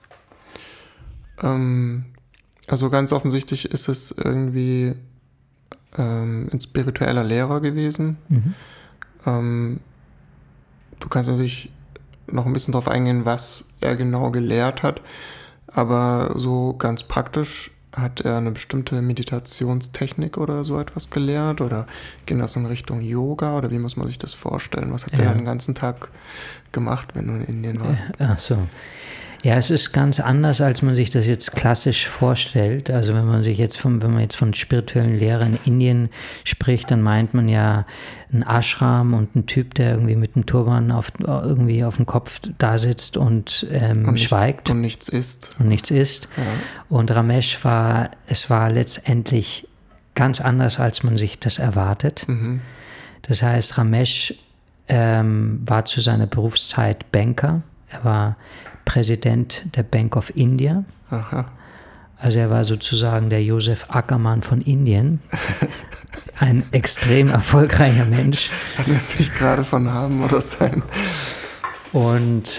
Also ganz offensichtlich ist es irgendwie ein spiritueller Lehrer gewesen. Du kannst natürlich noch ein bisschen drauf eingehen, was er genau gelehrt hat, aber so ganz praktisch hat er eine bestimmte Meditationstechnik oder so etwas gelehrt oder ging das in Richtung Yoga oder wie muss man sich das vorstellen? Was hat er dann den ganzen Tag gemacht, wenn du in Indien warst? Ach so. Ja, es ist ganz anders, als man sich das jetzt klassisch vorstellt. Also wenn man jetzt von spirituellen Lehrern in Indien spricht, dann meint man ja einen Ashram und einen Typ, der irgendwie mit einem Turban irgendwie auf dem Kopf da sitzt und schweigt. Und nichts isst. Ja. Und Ramesh war letztendlich ganz anders, als man sich das erwartet. Das heißt, Ramesh war zu seiner Berufszeit Banker. Er war Präsident der Bank of India. Aha. Also er war sozusagen der Josef Ackermann von Indien. Ein extrem erfolgreicher Mensch. Kann das nicht gerade von haben oder sein? Und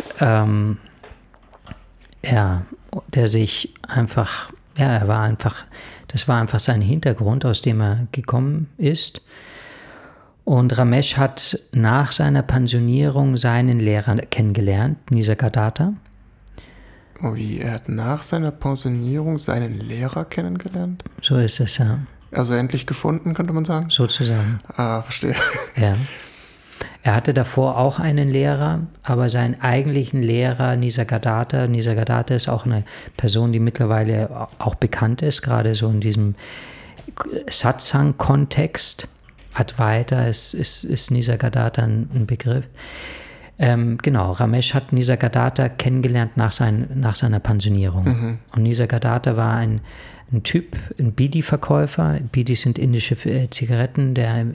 der sich einfach, das war einfach sein Hintergrund, aus dem er gekommen ist. Und Ramesh hat nach seiner Pensionierung seinen Lehrer kennengelernt, Nisargadatta. Oh, wie? Er hat nach seiner Pensionierung seinen Lehrer kennengelernt? So ist es, ja. Also endlich gefunden, könnte man sagen? Sozusagen. Ah, verstehe. Ja. Er hatte davor auch einen Lehrer, aber seinen eigentlichen Lehrer, Nisargadatta ist auch eine Person, die mittlerweile auch bekannt ist, gerade so in diesem Satsang-Kontext. Advaita ist Nisargadatta ein Begriff. Genau, Ramesh hat Nisargadatta kennengelernt nach seiner Pensionierung. Und Nisargadatta war ein Typ, ein Bidi-Verkäufer. Bidi sind indische Zigaretten, der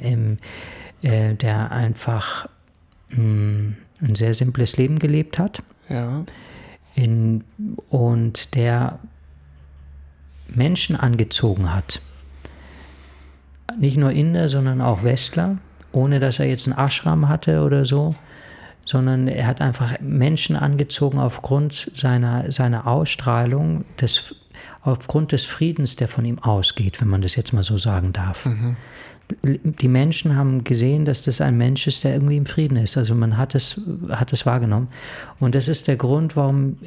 einfach ein sehr simples Leben gelebt hat. Ja. Und der Menschen angezogen hat. Nicht nur Inder, sondern auch Westler, ohne dass er jetzt einen Ashram hatte oder so, sondern er hat einfach Menschen angezogen aufgrund seiner Ausstrahlung, aufgrund des Friedens, der von ihm ausgeht, wenn man das jetzt mal so sagen darf. Die Menschen haben gesehen, dass das ein Mensch ist, der irgendwie im Frieden ist. Also man hat es wahrgenommen. Und das ist der Grund, warum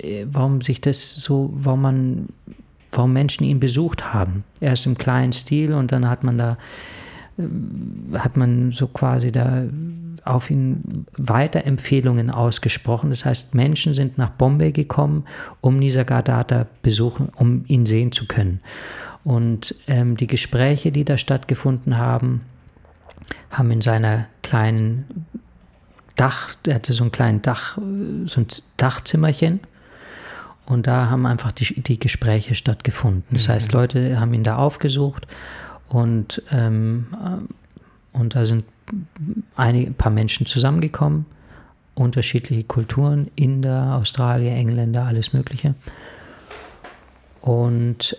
Menschen ihn besucht haben. Erst im kleinen Stil und dann hat man so quasi da auf ihn Weiterempfehlungen ausgesprochen. Das heißt, Menschen sind nach Bombay gekommen, um Nisargadatta besuchen, um ihn sehen zu können. Und die Gespräche, die da stattgefunden haben in seiner kleinen er hatte so ein Dachzimmerchen. Und da haben einfach die Gespräche stattgefunden. Das heißt, Leute haben ihn da aufgesucht und da sind ein paar Menschen zusammengekommen, unterschiedliche Kulturen, Inder, Australier, Engländer, alles Mögliche. Und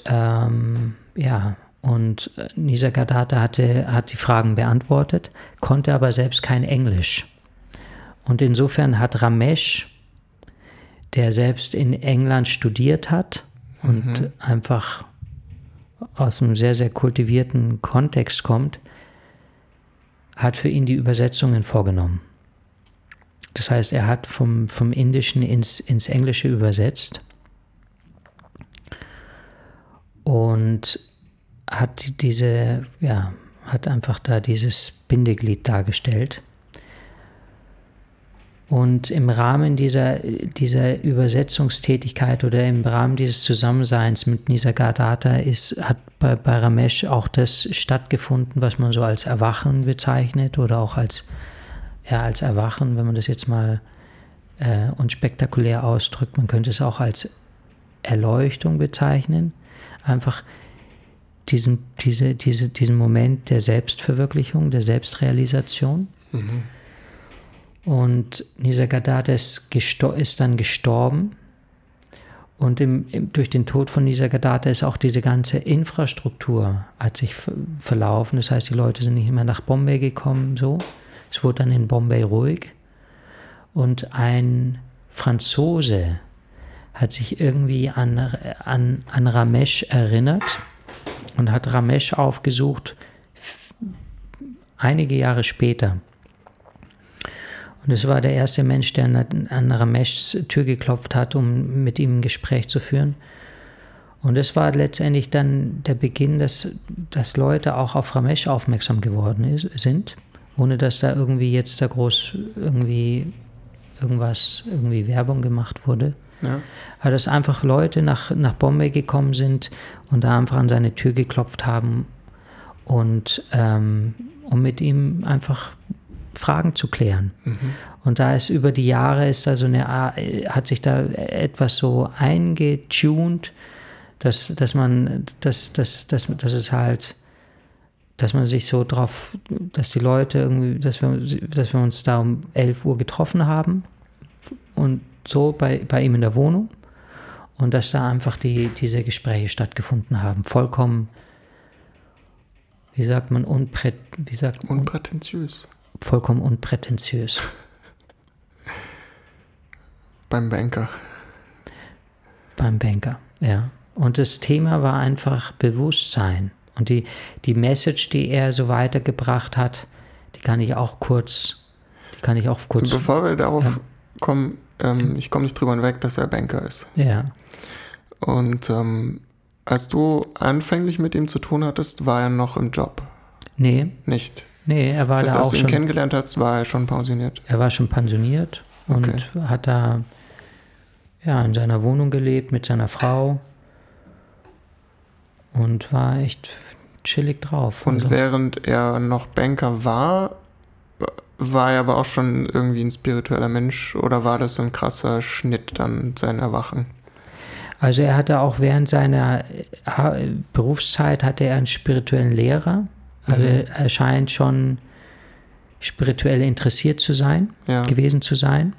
Nisargadatta hat die Fragen beantwortet, konnte aber selbst kein Englisch. Und insofern hat Ramesh, der selbst in England studiert hat und einfach aus einem sehr, sehr kultivierten Kontext kommt, hat für ihn die Übersetzungen vorgenommen. Das heißt, er hat vom Indischen ins Englische übersetzt und hat hat einfach da dieses Bindeglied dargestellt. Und im Rahmen dieser Übersetzungstätigkeit oder im Rahmen dieses Zusammenseins mit Nisargadatta hat bei Ramesh auch das stattgefunden, was man so als Erwachen bezeichnet oder auch als Erwachen, wenn man das jetzt mal unspektakulär ausdrückt. Man könnte es auch als Erleuchtung bezeichnen. Einfach diesen Moment der Selbstverwirklichung, der Selbstrealisation. Mhm. Und Nisargadatta ist dann gestorben und durch den Tod von Nisargadatta ist auch diese ganze Infrastruktur hat sich verlaufen. Das heißt, die Leute sind nicht mehr nach Bombay gekommen. So. Es wurde dann in Bombay ruhig und ein Franzose hat sich irgendwie an Ramesh erinnert und hat Ramesh aufgesucht einige Jahre später. Und es war der erste Mensch, der an Rameshs Tür geklopft hat, um mit ihm ein Gespräch zu führen. Und es war letztendlich dann der Beginn, dass Leute auch auf Ramesh aufmerksam geworden sind, ohne dass da irgendwie jetzt da groß irgendwie Werbung gemacht wurde. Ja. Aber dass einfach Leute nach Bombay gekommen sind und da einfach an seine Tür geklopft haben und um mit ihm einfach Fragen zu klären. Mhm. Und da ist über die Jahre hat sich da etwas so eingetuned, dass man sich so drauf, dass die Leute irgendwie, dass wir uns da um 11 Uhr getroffen haben und so bei ihm in der Wohnung und dass da einfach diese Gespräche stattgefunden haben. Vollkommen, wie sagt man, unprätentiös. Vollkommen unprätentiös. Beim Banker, ja. Und das Thema war einfach Bewusstsein. Und die Message, die er so weitergebracht hat, die kann ich auch kurz. Bevor wir darauf kommen, ich komme nicht drüber hinweg, dass er Banker ist. Ja. Und als du anfänglich mit ihm zu tun hattest, war er noch im Job? Nee. Nicht? Nee, er war das heißt, da auch schon. Als du ihn kennengelernt hast, war er schon pensioniert? Er war schon pensioniert und hat da in seiner Wohnung gelebt mit seiner Frau und war echt chillig drauf. Und während er noch Banker war er aber auch schon irgendwie ein spiritueller Mensch oder war das ein krasser Schnitt dann, sein Erwachen? Also er hatte auch während seiner Berufszeit hatte er einen spirituellen Lehrer. Also er scheint schon spirituell interessiert gewesen zu sein.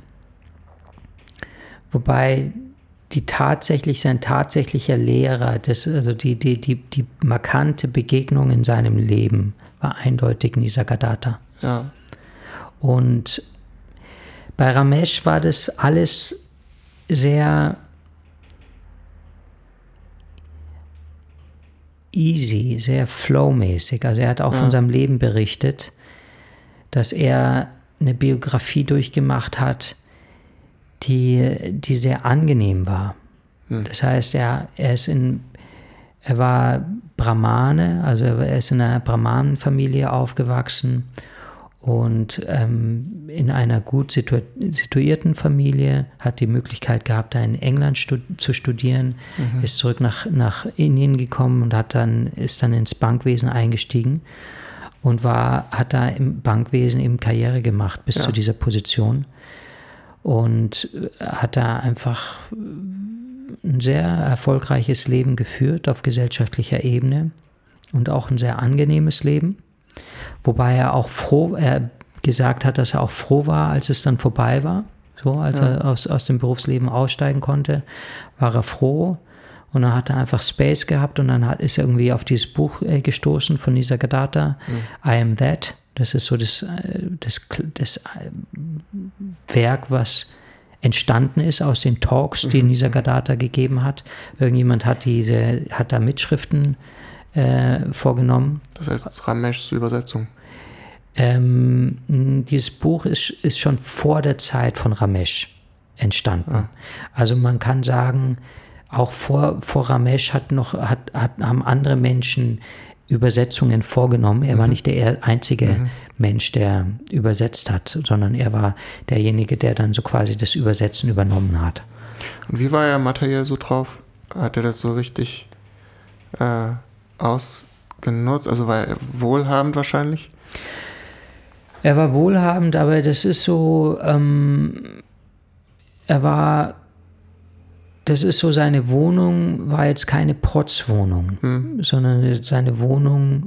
Wobei sein tatsächlicher Lehrer, die markante Begegnung in seinem Leben war eindeutig Nisargadatta. Ja. Und bei Ramesh war das alles sehr easy, sehr flowmäßig. Also er hat auch von seinem Leben berichtet, dass er eine Biografie durchgemacht hat, die sehr angenehm war. Das heißt, er war Brahmane, also er ist in einer Brahmanenfamilie aufgewachsen und in einer gut situierten Familie, hat die Möglichkeit gehabt, da in England zu studieren, ist zurück nach Indien gekommen und ist dann ins Bankwesen eingestiegen und hat da im Bankwesen eben Karriere gemacht bis zu dieser Position und hat da einfach ein sehr erfolgreiches Leben geführt auf gesellschaftlicher Ebene und auch ein sehr angenehmes Leben. Wobei er gesagt hat, dass er auch froh war, als es dann vorbei war. So, als er aus dem Berufsleben aussteigen konnte, war er froh. Und dann hat er einfach Space gehabt und dann ist er irgendwie auf dieses Buch gestoßen von Nisargadatta, I Am That. Das ist so das Werk, was entstanden ist aus den Talks, die Nisargadatta gegeben hat. Irgendjemand hat da Mitschriften vorgenommen. Das heißt Ramesh zur Übersetzung. Dieses Buch ist schon vor der Zeit von Ramesh entstanden. Ah. Also man kann sagen, auch vor Ramesh haben andere Menschen Übersetzungen vorgenommen. Er war nicht der einzige Mensch, der übersetzt hat, sondern er war derjenige, der dann so quasi das Übersetzen übernommen hat. Und wie war er materiell so drauf? Hat er das so richtig ausgenutzt? Also war er wohlhabend wahrscheinlich? Er war wohlhabend, aber das ist so, seine Wohnung war jetzt keine Protzwohnung, sondern seine Wohnung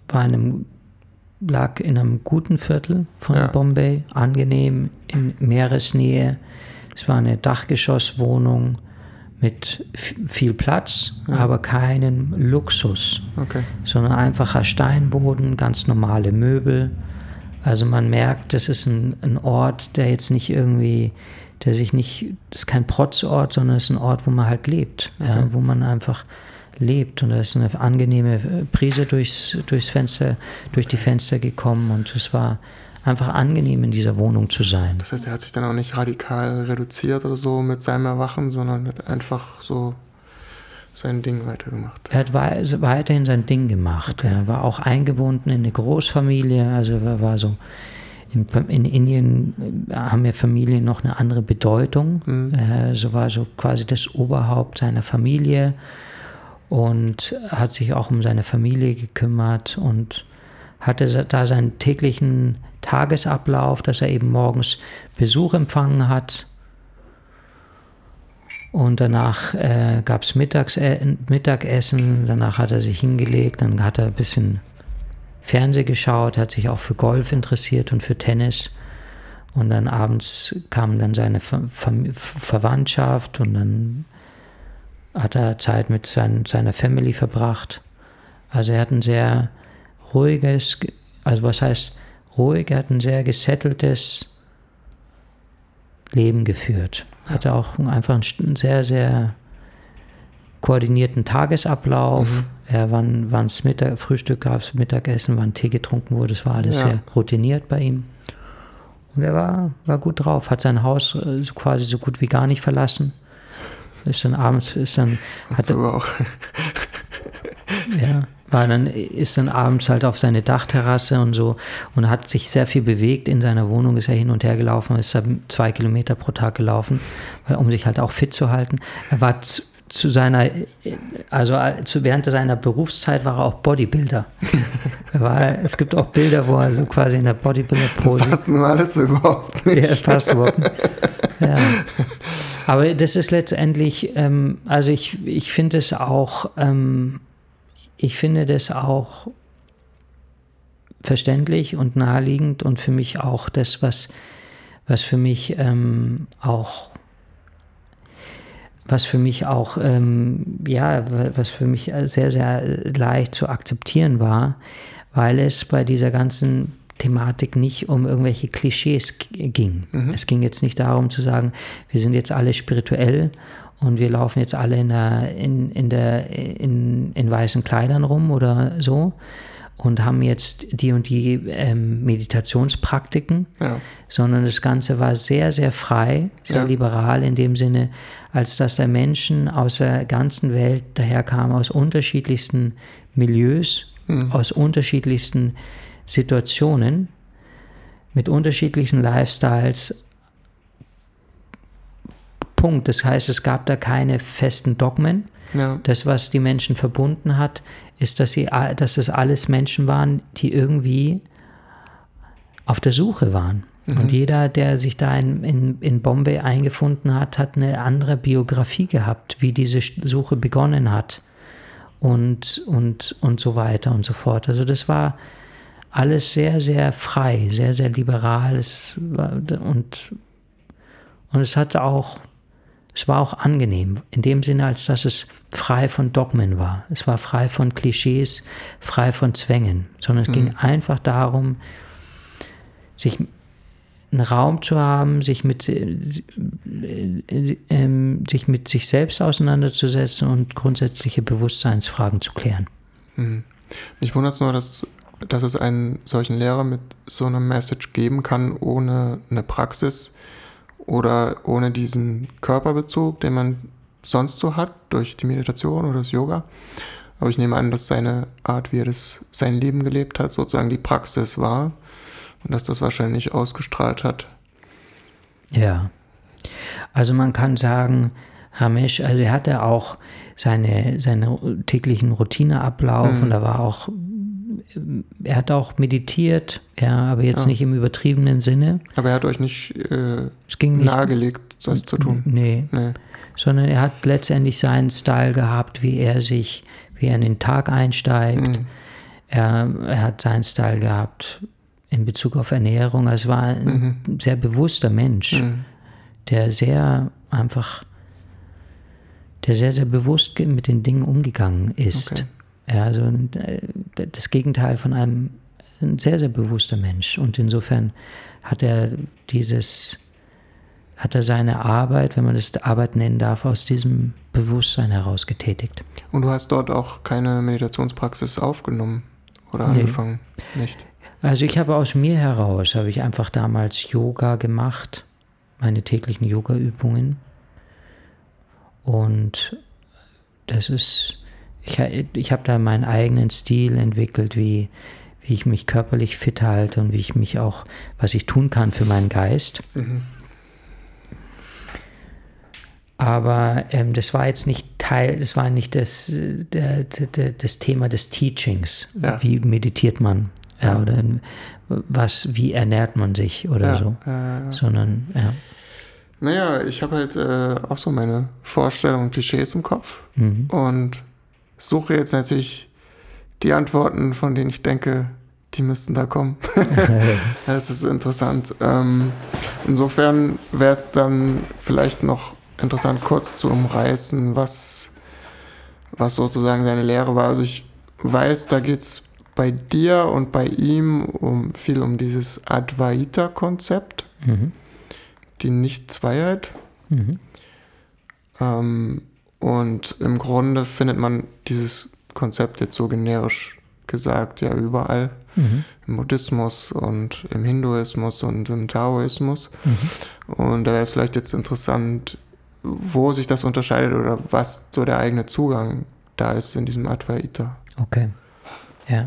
lag in einem guten Viertel von Bombay, angenehm, in Meeresnähe. Es war eine Dachgeschosswohnung mit viel Platz, aber keinen Luxus, sondern einfacher Steinboden, ganz normale Möbel. Also man merkt, das ist ein Ort, der jetzt nicht irgendwie, das ist kein Protzort, sondern es ist ein Ort, wo man halt lebt, wo man einfach lebt. Und da ist eine angenehme Brise durch die Fenster gekommen und es war einfach angenehm, in dieser Wohnung zu sein. Das heißt, er hat sich dann auch nicht radikal reduziert oder so mit seinem Erwachen, sondern hat einfach so sein Ding weitergemacht. Er hat weiterhin sein Ding gemacht. Er war auch eingebunden in eine Großfamilie, also er war so, in Indien haben ja Familien noch eine andere Bedeutung. So war so quasi das Oberhaupt seiner Familie und hat sich auch um seine Familie gekümmert und hatte da seinen täglichen Tagesablauf, dass er eben morgens Besuch empfangen hat. Und danach gab es Mittagessen, danach hat er sich hingelegt, dann hat er ein bisschen Fernsehen geschaut, hat sich auch für Golf interessiert und für Tennis. Und dann abends kam dann seine Verwandtschaft und dann hat er Zeit mit seiner Family verbracht. Also er hat ein sehr ruhiges, also was heißt ruhig, er hat ein sehr gesetteltes Leben geführt. Hatte auch einfach einen sehr, sehr koordinierten Tagesablauf. Wann es Frühstück gab, Mittagessen, wann Tee getrunken wurde, das war alles sehr routiniert bei ihm. Und er war gut drauf, hat sein Haus quasi so gut wie gar nicht verlassen. Ist dann abends, ist dann abends halt auf seine Dachterrasse und so und hat sich sehr viel bewegt in seiner Wohnung, ist er hin und her gelaufen, ist 2 Kilometer pro Tag gelaufen, um sich halt auch fit zu halten. Er war während seiner Berufszeit war er auch Bodybuilder. Es gibt auch Bilder, wo er so quasi in der Bodybuilder-Pose... Das passt nun alles überhaupt nicht. Ja, das passt überhaupt nicht. Ja. Aber das ist letztendlich, also ich finde es auch... Ich finde das auch verständlich und naheliegend und für mich auch das, was für mich sehr, sehr leicht zu akzeptieren war, weil es bei dieser ganzen Thematik nicht um irgendwelche Klischees ging. Es ging jetzt nicht darum zu sagen, wir sind jetzt alle spirituell und wir laufen jetzt alle in weißen Kleidern rum oder so und haben jetzt die und die Meditationspraktiken, sondern das Ganze war sehr, sehr frei, sehr liberal in dem Sinne, als dass da Menschen aus der ganzen Welt daherkamen, aus unterschiedlichsten Milieus, aus unterschiedlichsten Situationen, mit unterschiedlichen Lifestyles. Punkt. Das heißt, es gab da keine festen Dogmen. Ja. Das, was die Menschen verbunden hat, ist, dass es alles Menschen waren, die irgendwie auf der Suche waren. Und jeder, der sich da in Bombay eingefunden hat, hat eine andere Biografie gehabt, wie diese Suche begonnen hat und so weiter und so fort. Also das war alles sehr, sehr frei, sehr, sehr liberal. Es war auch angenehm, in dem Sinne, als dass es frei von Dogmen war. Es war frei von Klischees, frei von Zwängen, sondern es ging einfach darum, sich einen Raum zu haben, sich mit sich selbst auseinanderzusetzen und grundsätzliche Bewusstseinsfragen zu klären. Mich wundert es nur, dass es einen solchen Lehrer mit so einer Message geben kann, ohne eine Praxis oder ohne diesen Körperbezug, den man sonst so hat, durch die Meditation oder das Yoga. Aber ich nehme an, dass seine Art, wie er sein Leben gelebt hat, sozusagen die Praxis war und dass das wahrscheinlich ausgestrahlt hat. Ja, also man kann sagen, Ramesh, also er hatte auch seine täglichen Routineablauf und er hat auch meditiert, aber jetzt nicht im übertriebenen Sinne. Aber er hat euch nicht nahegelegt, das zu tun? Nee. Sondern er hat letztendlich seinen Style gehabt, wie er in den Tag einsteigt. Er hat seinen Style gehabt in Bezug auf Ernährung. Es war ein sehr bewusster Mensch, der sehr bewusst mit den Dingen umgegangen ist. Okay. Ja, also das Gegenteil von ein sehr, sehr bewusster Mensch. Und insofern hat er seine Arbeit, wenn man das Arbeit nennen darf, aus diesem Bewusstsein heraus getätigt. Und du hast dort auch keine Meditationspraxis aufgenommen oder angefangen? Nicht? Also ich habe aus mir heraus, habe ich einfach damals Yoga gemacht, meine täglichen Yoga-Übungen. Und das ist, ich habe da meinen eigenen Stil entwickelt, wie ich mich körperlich fit halte und wie ich mich auch, was ich tun kann für meinen Geist. Aber das war jetzt nicht das war nicht das Thema des Teachings. Ja. Wie meditiert man? Ja, oder wie ernährt man sich oder so. Sondern, Naja, ich habe halt auch so meine Vorstellungen, Klischees im Kopf und suche jetzt natürlich die Antworten, von denen ich denke, die müssten da kommen. Das ist interessant. Insofern wäre es dann vielleicht noch interessant, kurz zu umreißen, was sozusagen seine Lehre war. Also ich weiß, da geht es bei dir und bei ihm viel um dieses Advaita-Konzept, die Nicht-Zweiheit. Und im Grunde findet man dieses Konzept jetzt so generisch gesagt ja überall, im Buddhismus und im Hinduismus und im Taoismus. Und da wäre es vielleicht jetzt interessant, wo sich das unterscheidet oder was so der eigene Zugang da ist in diesem Advaita. Okay, ja.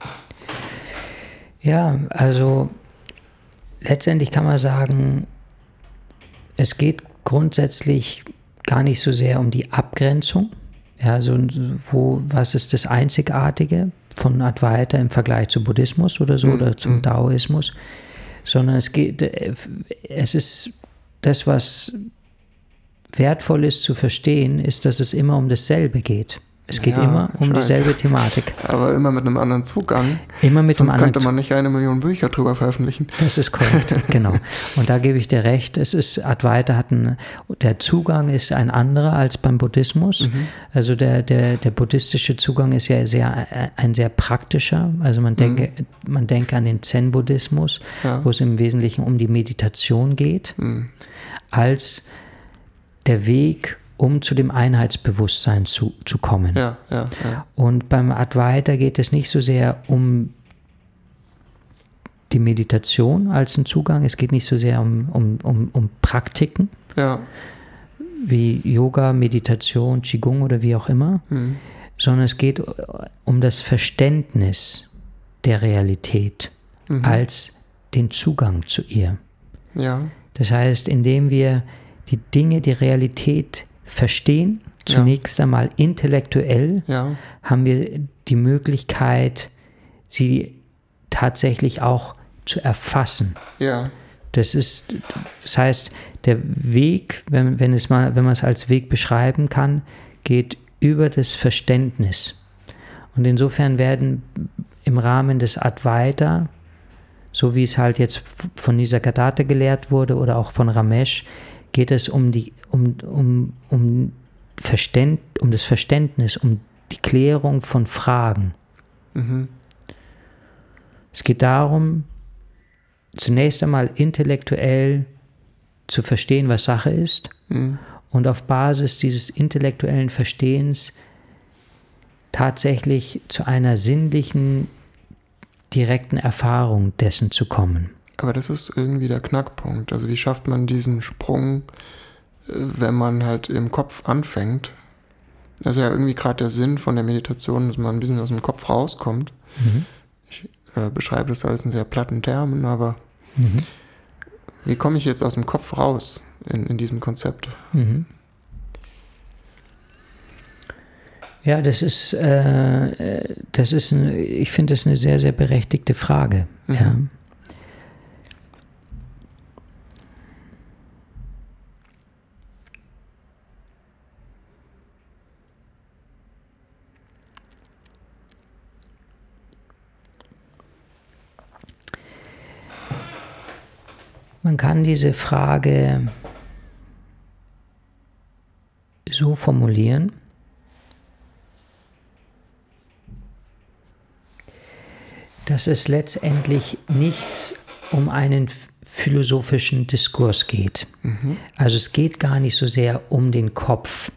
Ja, also letztendlich kann man sagen, es geht grundsätzlich gar nicht so sehr um die Abgrenzung. Ja, also was ist das Einzigartige von Advaita im Vergleich zu Buddhismus oder so oder zum Taoismus, sondern es ist das, was wertvoll ist zu verstehen, ist, dass es immer um dasselbe geht. Es geht immer um dieselbe Thematik. Aber immer mit einem anderen Zugang. Immer mit Sonst einem anderen könnte man nicht 1 Million Bücher drüber veröffentlichen. Das ist korrekt, genau. Und da gebe ich dir recht. Advaita der Zugang ist ein anderer als beim Buddhismus. Also der buddhistische Zugang ist ja ein sehr praktischer. Also man denke an den Zen-Buddhismus, wo es im Wesentlichen um die Meditation geht, als der Weg, um zu dem Einheitsbewusstsein zu kommen. Ja. Und beim Advaita geht es nicht so sehr um die Meditation als ein Zugang, es geht nicht so sehr um Praktiken, wie Yoga, Meditation, Qigong oder wie auch immer, sondern es geht um das Verständnis der Realität als den Zugang zu ihr. Ja. Das heißt, indem wir die Dinge, die Realität verstehen, zunächst einmal intellektuell, haben wir die Möglichkeit, sie tatsächlich auch zu erfassen. Ja. Das heißt, der Weg, wenn man es als Weg beschreiben kann, geht über das Verständnis. Und insofern werden im Rahmen des Advaita, so wie es halt jetzt von Nisargadatta gelehrt wurde oder auch von Ramesh, geht es um das Verständnis, um die Klärung von Fragen. Es geht darum, zunächst einmal intellektuell zu verstehen, was Sache ist, und auf Basis dieses intellektuellen Verstehens tatsächlich zu einer sinnlichen, direkten Erfahrung dessen zu kommen. Aber das ist irgendwie der Knackpunkt. Also wie schafft man diesen Sprung, wenn man halt im Kopf anfängt? Das ist ja irgendwie gerade der Sinn von der Meditation, dass man ein bisschen aus dem Kopf rauskommt. Ich beschreibe das als einen sehr platten Termen, aber wie komme ich jetzt aus dem Kopf raus in diesem Konzept? Ja, ich finde das eine sehr, sehr berechtigte Frage. Ja. Man kann diese Frage so formulieren, dass es letztendlich nicht um einen philosophischen Diskurs geht. Also es geht gar nicht so sehr um den Kopf.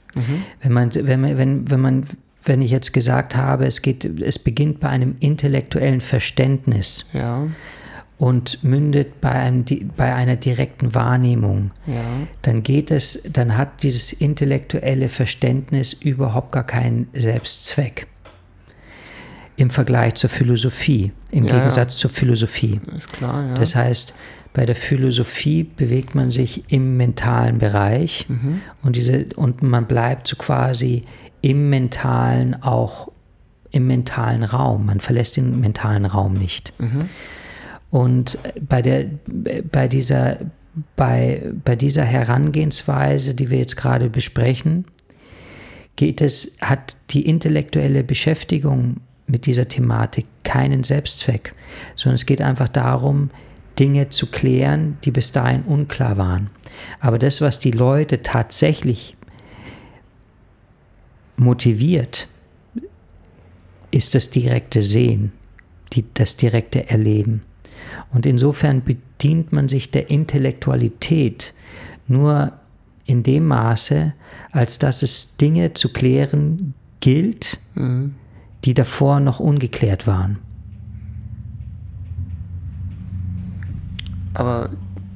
Wenn ich jetzt gesagt habe, es beginnt bei einem intellektuellen Verständnis. Ja. Und mündet bei einer direkten Wahrnehmung, dann hat dieses intellektuelle Verständnis überhaupt gar keinen Selbstzweck im Vergleich zur Philosophie, im Gegensatz zur Philosophie. Ist klar, ja. Das heißt, bei der Philosophie bewegt man sich im mentalen Bereich und man bleibt so quasi im mentalen Raum. Man verlässt den mentalen Raum nicht. Und bei dieser Herangehensweise, die wir jetzt gerade besprechen, hat die intellektuelle Beschäftigung mit dieser Thematik keinen Selbstzweck, sondern es geht einfach darum, Dinge zu klären, die bis dahin unklar waren. Aber das, was die Leute tatsächlich motiviert, ist das direkte Sehen, das direkte Erleben. Und insofern bedient man sich der Intellektualität nur in dem Maße, als dass es Dinge zu klären gilt, die davor noch ungeklärt waren. Aber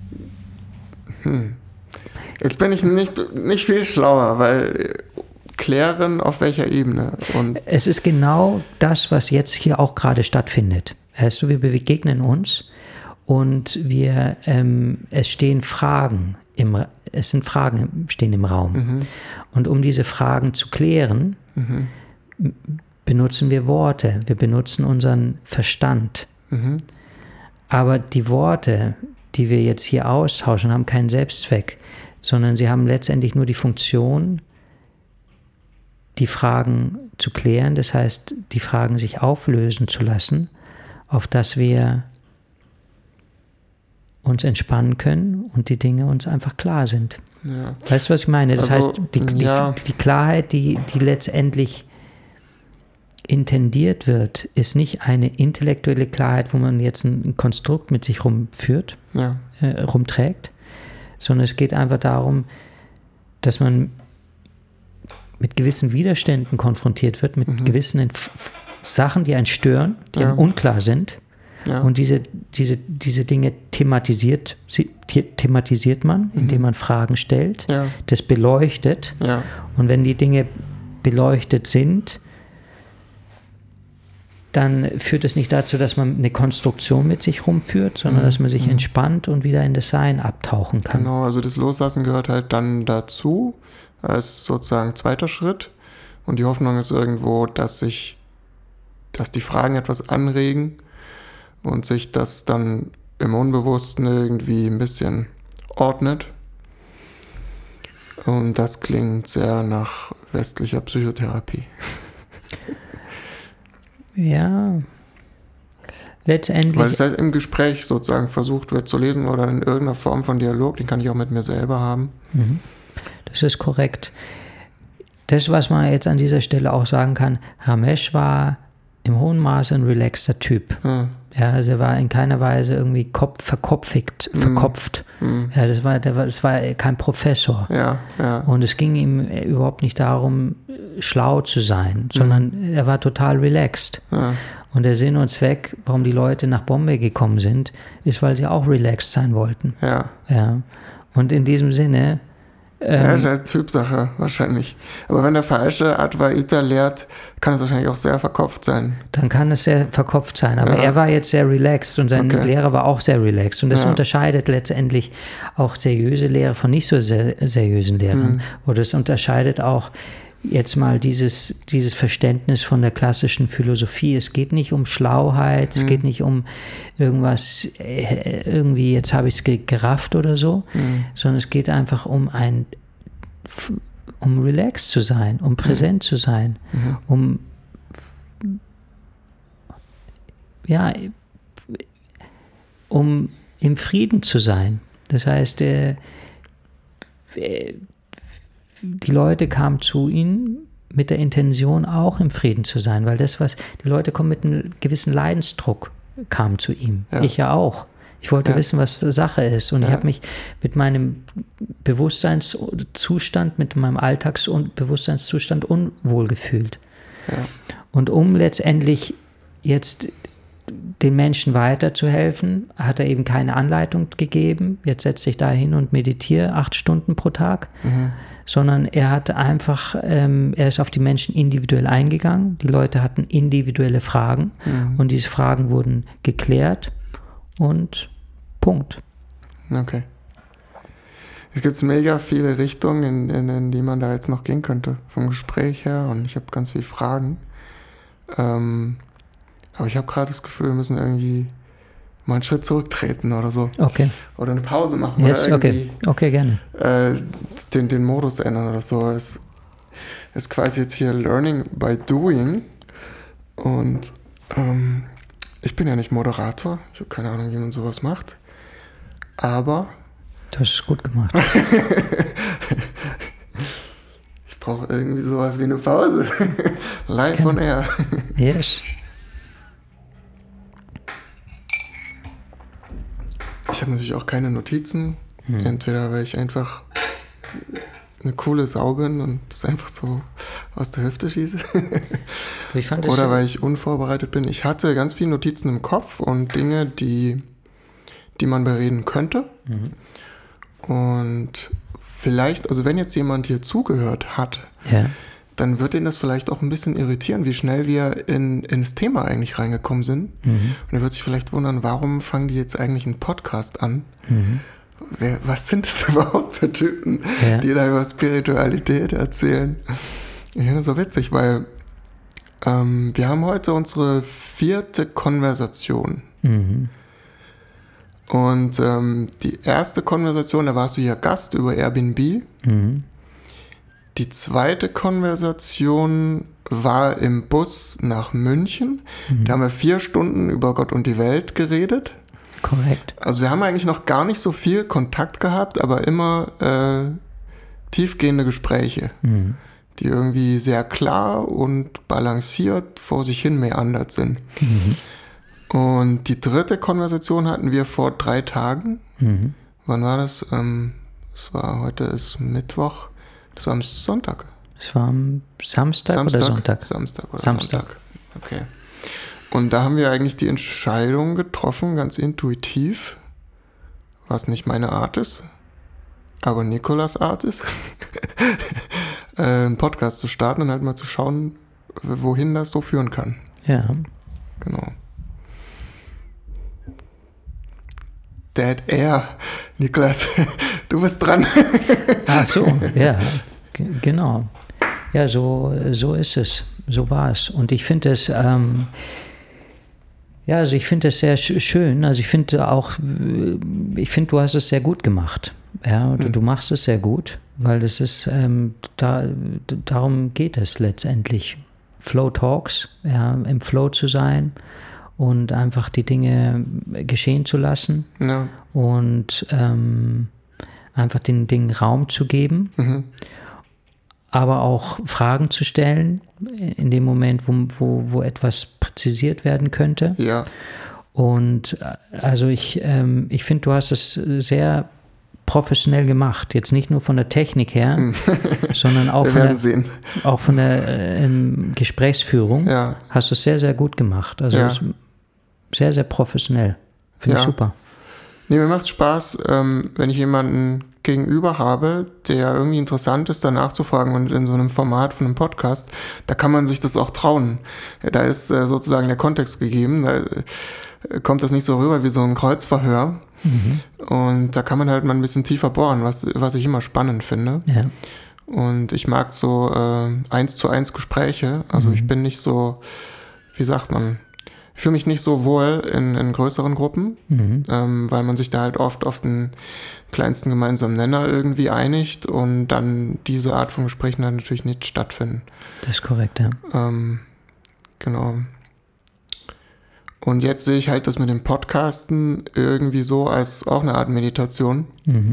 jetzt bin ich nicht viel schlauer, weil klären auf welcher Ebene? Und es ist genau das, was jetzt hier auch gerade stattfindet. Also wir begegnen uns und es stehen Fragen stehen im Raum. Und um diese Fragen zu klären, benutzen wir Worte, wir benutzen unseren Verstand. Aber die Worte, die wir jetzt hier austauschen, haben keinen Selbstzweck, sondern sie haben letztendlich nur die Funktion, die Fragen zu klären, das heißt, die Fragen sich auflösen zu lassen, auf dass wir uns entspannen können und die Dinge uns einfach klar sind. Ja. Weißt du, was ich meine? Das heißt, die Klarheit, die letztendlich intendiert wird, ist nicht eine intellektuelle Klarheit, wo man jetzt ein Konstrukt mit sich rumträgt, sondern es geht einfach darum, dass man mit gewissen Widerständen konfrontiert wird, mit gewissen Sachen, die einen stören, die einem unklar sind. Ja. Und diese Dinge thematisiert man, indem man Fragen stellt, das beleuchtet. Ja. Und wenn die Dinge beleuchtet sind, dann führt es nicht dazu, dass man eine Konstruktion mit sich rumführt, sondern dass man sich entspannt und wieder in das Sein abtauchen kann. Genau, also das Loslassen gehört halt dann dazu, als sozusagen zweiter Schritt. Und die Hoffnung ist irgendwo, dass die Fragen etwas anregen und sich das dann im Unbewussten irgendwie ein bisschen ordnet. Und das klingt sehr nach westlicher Psychotherapie. Ja, letztendlich. Weil es halt im Gespräch sozusagen versucht wird zu lesen oder in irgendeiner Form von Dialog, den kann ich auch mit mir selber haben. Das ist korrekt. Das, was man jetzt an dieser Stelle auch sagen kann, Ramesh war im hohen Maße ein relaxter Typ. Ja, also er war in keiner Weise irgendwie verkopft. Ja, das war kein Professor. Ja. Und es ging ihm überhaupt nicht darum, schlau zu sein, sondern er war total relaxed. Ja. Und der Sinn und Zweck, warum die Leute nach Bombay gekommen sind, ist, weil sie auch relaxed sein wollten. Ja. Ja. Und in diesem Sinne... ja, ist halt Typsache wahrscheinlich. Aber wenn der falsche Advaita lehrt, kann es wahrscheinlich auch sehr verkopft sein. Dann kann es sehr verkopft sein. Aber er war jetzt sehr relaxed und sein Lehrer war auch sehr relaxed. Und das unterscheidet letztendlich auch seriöse Lehrer von nicht so seriösen Lehrern. Oder es unterscheidet auch jetzt mal dieses Verständnis von der klassischen Philosophie. Es geht nicht um Schlauheit, es geht nicht um irgendwas, irgendwie jetzt habe ich es gerafft oder so, sondern es geht einfach um relaxed zu sein, um präsent zu sein, um im Frieden zu sein. Das heißt, die Leute kamen zu ihnen mit der Intention, auch im Frieden zu sein, weil die Leute kommen mit einem gewissen Leidensdruck, kamen zu ihm. Ja. Ich ja auch. Ich wollte wissen, was Sache ist. Und ich habe mich mit meinem Bewusstseinszustand, mit meinem Alltags- und Bewusstseinszustand unwohl gefühlt. Ja. Und um letztendlich jetzt den Menschen weiterzuhelfen, hat er eben keine Anleitung gegeben. Jetzt setz dich da hin und meditiere 8 Stunden pro Tag. Sondern er hat einfach, er ist auf die Menschen individuell eingegangen. Die Leute hatten individuelle Fragen und diese Fragen wurden geklärt und Punkt. Okay. Es gibt mega viele Richtungen, in die man da jetzt noch gehen könnte, vom Gespräch her, und ich habe ganz viele Fragen. Aber ich habe gerade das Gefühl, wir müssen irgendwie mal einen Schritt zurücktreten oder so. Okay. Oder eine Pause machen. Yes, oder okay, gerne. Den Modus ändern oder so. Es ist quasi jetzt hier Learning by Doing. Und ich bin ja nicht Moderator. Ich habe keine Ahnung, wie man sowas macht. Aber... Du hast es gut gemacht. Ich brauche irgendwie sowas wie eine Pause. Live on air. Yes. Ich habe natürlich auch keine Notizen. Entweder weil ich einfach eine coole Sau bin und das einfach so aus der Hüfte schieße. Oder weil ich unvorbereitet bin. Ich hatte ganz viele Notizen im Kopf und Dinge, die man bereden könnte. Und vielleicht, also wenn jetzt jemand hier zugehört hat, dann wird ihn das vielleicht auch ein bisschen irritieren, wie schnell wir ins Thema eigentlich reingekommen sind. Und er wird sich vielleicht wundern, warum fangen die jetzt eigentlich einen Podcast an? Was sind das überhaupt für Typen, die da über Spiritualität erzählen? Ich finde das so witzig, weil wir haben heute unsere 4. Konversation. Und die erste Konversation, da warst du hier Gast über Airbnb. Die zweite Konversation war im Bus nach München. Da haben wir 4 Stunden über Gott und die Welt geredet. Korrekt. Also wir haben eigentlich noch gar nicht so viel Kontakt gehabt, aber immer tiefgehende Gespräche, die irgendwie sehr klar und balanciert vor sich hin meandert sind. Und die 3. Konversation hatten wir vor 3 Tagen. Wann war das? Heute ist Mittwoch. Das war am Sonntag. Das war am Samstag oder Sonntag? Samstag. Okay. Und da haben wir eigentlich die Entscheidung getroffen, ganz intuitiv, was nicht meine Art ist, aber Nikolas Art ist, einen Podcast zu starten und halt mal zu schauen, wohin das so führen kann. Ja. Genau. Dead Air. Niklas, du bist dran. Ach so, ja, genau. Ja, so ist es. So war es. Und ich finde es, ich finde es sehr schön. Also ich finde, du hast es sehr gut gemacht. Ja, du machst es sehr gut, weil das ist, darum geht es letztendlich. Flow Talks, ja, im Flow zu sein und einfach die Dinge geschehen zu lassen und einfach den Dingen Raum zu geben, aber auch Fragen zu stellen in dem Moment, wo etwas präzisiert werden könnte. Ja. Und also ich finde, du hast es sehr professionell gemacht. Jetzt nicht nur von der Technik her, sondern auch von der Gesprächsführung. Ja. Hast du es sehr, sehr gut gemacht. Also sehr, sehr professionell. Finde ich super. Nee, mir macht es Spaß, wenn ich jemanden gegenüber habe, der irgendwie interessant ist, danach zu fragen, und in so einem Format von einem Podcast, da kann man sich das auch trauen. Da ist sozusagen der Kontext gegeben, da kommt das nicht so rüber wie so ein Kreuzverhör. Und da kann man halt mal ein bisschen tiefer bohren, was ich immer spannend finde. Ja. Und ich mag so 1-zu-1 Gespräche, also ich bin nicht so, wie sagt man, ich fühle mich nicht so wohl in größeren Gruppen, weil man sich da halt oft auf den kleinsten gemeinsamen Nenner irgendwie einigt und dann diese Art von Gesprächen dann natürlich nicht stattfinden. Das ist korrekt, ja. Genau. Und jetzt sehe ich halt das mit dem Podcasten irgendwie so als auch eine Art Meditation,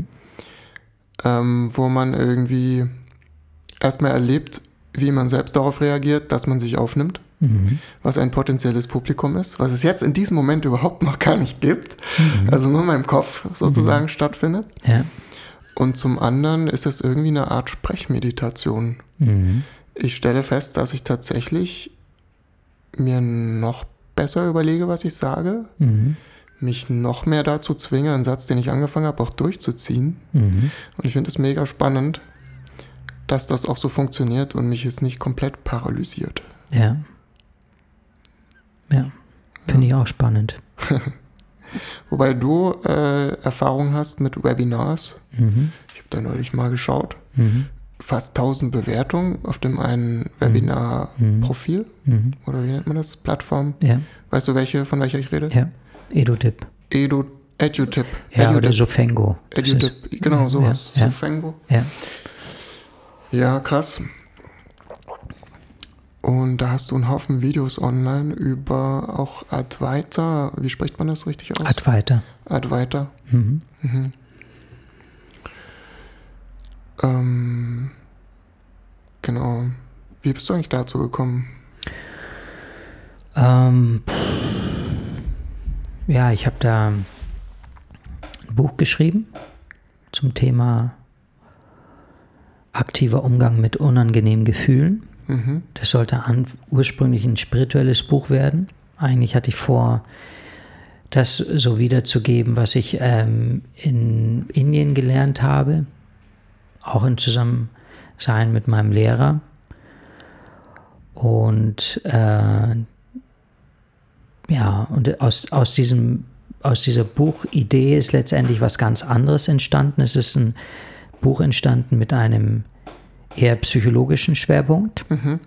wo man irgendwie erstmal erlebt, wie man selbst darauf reagiert, dass man sich aufnimmt, was ein potenzielles Publikum ist, was es jetzt in diesem Moment überhaupt noch gar nicht gibt, also nur in meinem Kopf sozusagen stattfindet. Ja. Und zum anderen ist es irgendwie eine Art Sprechmeditation. Ich stelle fest, dass ich tatsächlich mir noch besser überlege, was ich sage, mich noch mehr dazu zwinge, einen Satz, den ich angefangen habe, auch durchzuziehen. Und ich finde es mega spannend, dass das auch so funktioniert und mich jetzt nicht komplett paralysiert. Ja. Ja, finde ich auch spannend. Wobei du Erfahrung hast mit Webinars. Ich habe da neulich mal geschaut. Fast 1000 Bewertungen auf dem einen Webinar-Profil. Oder wie nennt man das? Plattform? Ja. Weißt du, von welcher ich rede? Ja, EduTip. EduTip. Ja, oder Sofengo. EduTip, genau, sowas. Ja. Sofengo. Ja. Ja, krass. Und da hast du einen Haufen Videos online über auch Advaita. Wie spricht man das richtig aus? Advaita. Genau. Wie bist du eigentlich dazu gekommen? Ja, ich habe da ein Buch geschrieben zum Thema aktiver Umgang mit unangenehmen Gefühlen. Das sollte ursprünglich ein spirituelles Buch werden. Eigentlich hatte ich vor, das so wiederzugeben, was ich in Indien gelernt habe, auch in Zusammensein mit meinem Lehrer. Und und aus dieser Buchidee ist letztendlich was ganz anderes entstanden. Es ist ein Buch entstanden mit einem eher psychologischen Schwerpunkt.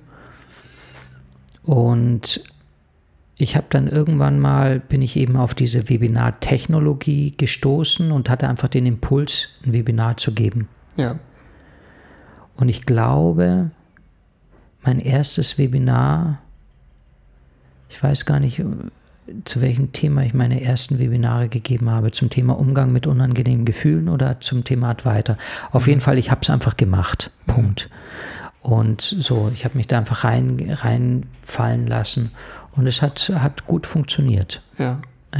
Und ich habe dann bin ich eben auf diese Webinar-Technologie gestoßen und hatte einfach den Impuls, ein Webinar zu geben. Ja. Und ich glaube, mein erstes Webinar, ich weiß gar nicht, zu welchem Thema ich meine ersten Webinare gegeben habe, zum Thema Umgang mit unangenehmen Gefühlen oder zum Thema Advaita. Auf jeden Fall, ich habe es einfach gemacht. Punkt. Und so, ich habe mich da einfach reinfallen lassen und es hat gut funktioniert. Ja.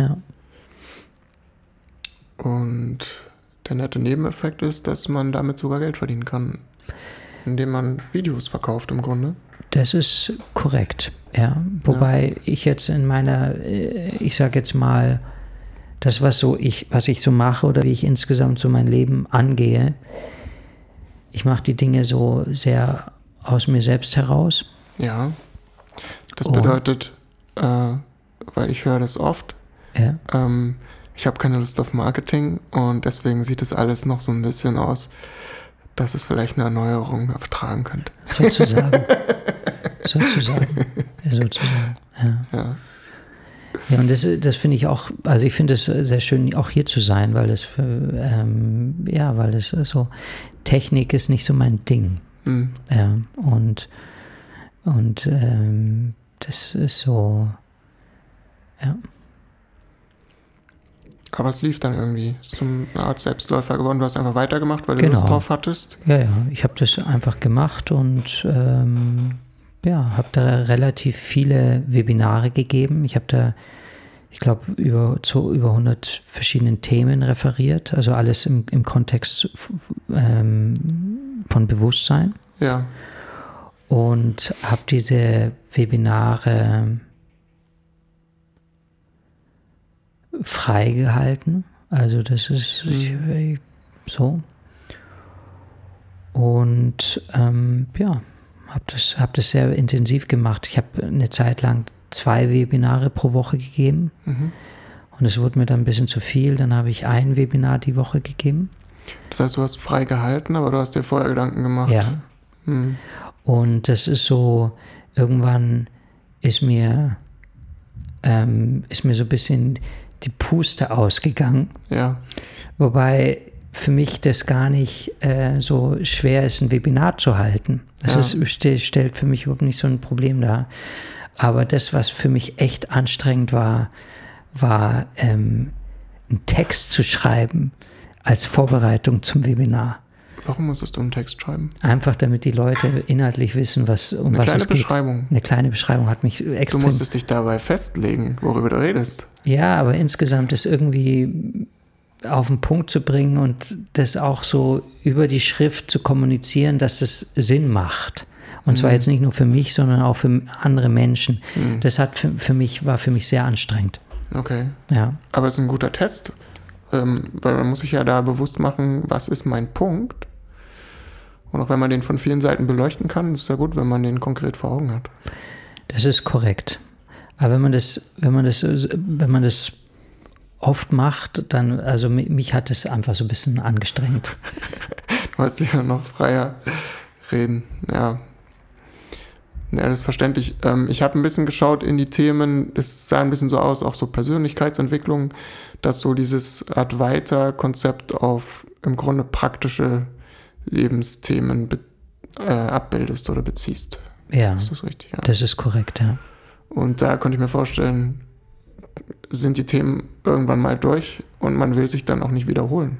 Und der nette Nebeneffekt ist, dass man damit sogar Geld verdienen kann, indem man Videos verkauft im Grunde. Das ist korrekt, ja. Wobei ich jetzt ich sage jetzt mal, das, was ich so mache oder wie ich insgesamt so mein Leben angehe, ich mache die Dinge so sehr aus mir selbst heraus. Ja, das bedeutet, weil ich höre das oft, ich habe keine Lust auf Marketing und deswegen sieht das alles noch so ein bisschen aus, dass es vielleicht eine Erneuerung vertragen könnte. Sozusagen. Ja, und das finde ich auch, also ich finde es sehr schön, auch hier zu sein, weil es so, Technik ist nicht so mein Ding. Ja, und das ist so, ja. Aber es lief dann irgendwie. Es ist so eine Art Selbstläufer geworden. Du hast einfach weitergemacht, weil du Lust drauf hattest. Ja, ich habe das einfach gemacht und habe da relativ viele Webinare gegeben. Ich habe da ich glaube, zu über 100 verschiedenen Themen referiert, also alles im Kontext von Bewusstsein. Ja. Und habe diese Webinare freigehalten. Also das ist so. Und habe das sehr intensiv gemacht. Ich habe eine Zeit lang 2 Webinare pro Woche gegeben. Und es wurde mir dann ein bisschen zu viel. Dann habe ich ein Webinar die Woche gegeben. Das heißt, du hast frei gehalten, aber du hast dir vorher Gedanken gemacht. Ja. Und das ist so, irgendwann ist mir so ein bisschen die Puste ausgegangen. Ja. Wobei für mich das gar nicht so schwer ist, ein Webinar zu halten. Das stellt für mich überhaupt nicht so ein Problem dar. Aber das, was für mich echt anstrengend war einen Text zu schreiben als Vorbereitung zum Webinar. Warum musstest du einen Text schreiben? Einfach, damit die Leute inhaltlich wissen, was es geht. Eine kleine Beschreibung. Eine kleine Beschreibung hat mich extrem... Du musstest dich dabei festlegen, worüber du redest. Ja, aber insgesamt das irgendwie auf den Punkt zu bringen und das auch so über die Schrift zu kommunizieren, dass es Sinn macht. Und zwar jetzt nicht nur für mich, sondern auch für andere Menschen. Das war für mich sehr anstrengend. Okay. Ja. Aber es ist ein guter Test, weil man muss sich ja da bewusst machen, was ist mein Punkt? Und auch wenn man den von vielen Seiten beleuchten kann, ist es ja gut, wenn man den konkret vor Augen hat. Das ist korrekt. Aber wenn man das oft macht, dann, also mich hat es einfach so ein bisschen angestrengt. Du wolltest ja noch freier reden, ja. Ja, das ist verständlich. Ich habe ein bisschen geschaut in die Themen, es sah ein bisschen so aus, auch so Persönlichkeitsentwicklung, dass du dieses Advaita-Konzept auf im Grunde praktische Lebensthemen abbildest oder beziehst. Ja, ist das richtig? Ja. Das ist korrekt, ja. Und da könnte ich mir vorstellen, sind die Themen irgendwann mal durch und man will sich dann auch nicht wiederholen.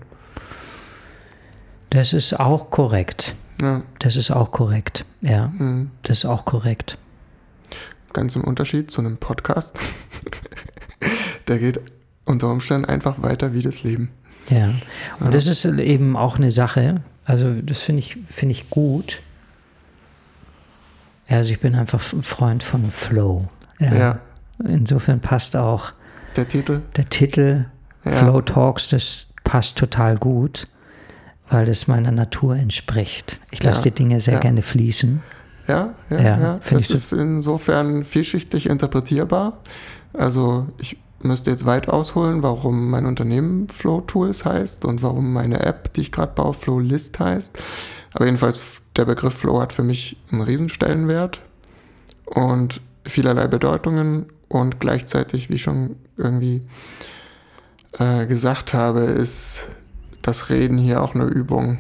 Das ist auch korrekt. Ja. Das ist auch korrekt, ja. Das ist auch korrekt. Ganz im Unterschied zu einem Podcast. Der geht unter Umständen einfach weiter wie das Leben. Ja, und das ist eben auch eine Sache, also das finde ich gut. Also ich bin einfach Freund von Flow. Ja. Insofern passt auch der Titel Flow Talks, das passt total gut, weil das meiner Natur entspricht. Ich lasse die Dinge sehr gerne fließen. Ja. Das ist insofern vielschichtig interpretierbar. Also ich müsste jetzt weit ausholen, warum mein Unternehmen Flow Tools heißt und warum meine App, die ich gerade baue, Flow List heißt. Aber jedenfalls, der Begriff Flow hat für mich einen Riesenstellenwert und vielerlei Bedeutungen und gleichzeitig, wie ich schon irgendwie gesagt habe, ist das Reden hier auch eine Übung,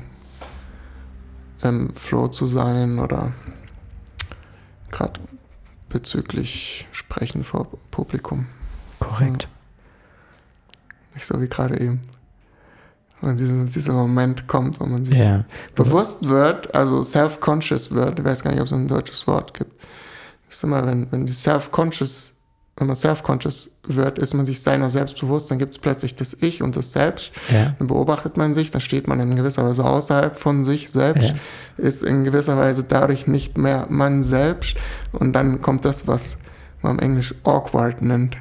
im Flow zu sein oder gerade bezüglich Sprechen vor Publikum. Korrekt. Nicht so wie gerade eben. Und dieser Moment kommt, wo man sich bewusst wird, also self-conscious wird, ich weiß gar nicht, ob es ein deutsches Wort gibt. Ich sag mal, wenn man self-conscious wird, ist man sich seiner selbst bewusst, dann gibt es plötzlich das Ich und das Selbst. Ja. Dann beobachtet man sich, dann steht man in gewisser Weise außerhalb von sich selbst, ist in gewisser Weise dadurch nicht mehr man selbst und dann kommt das, was man im Englisch awkward nennt.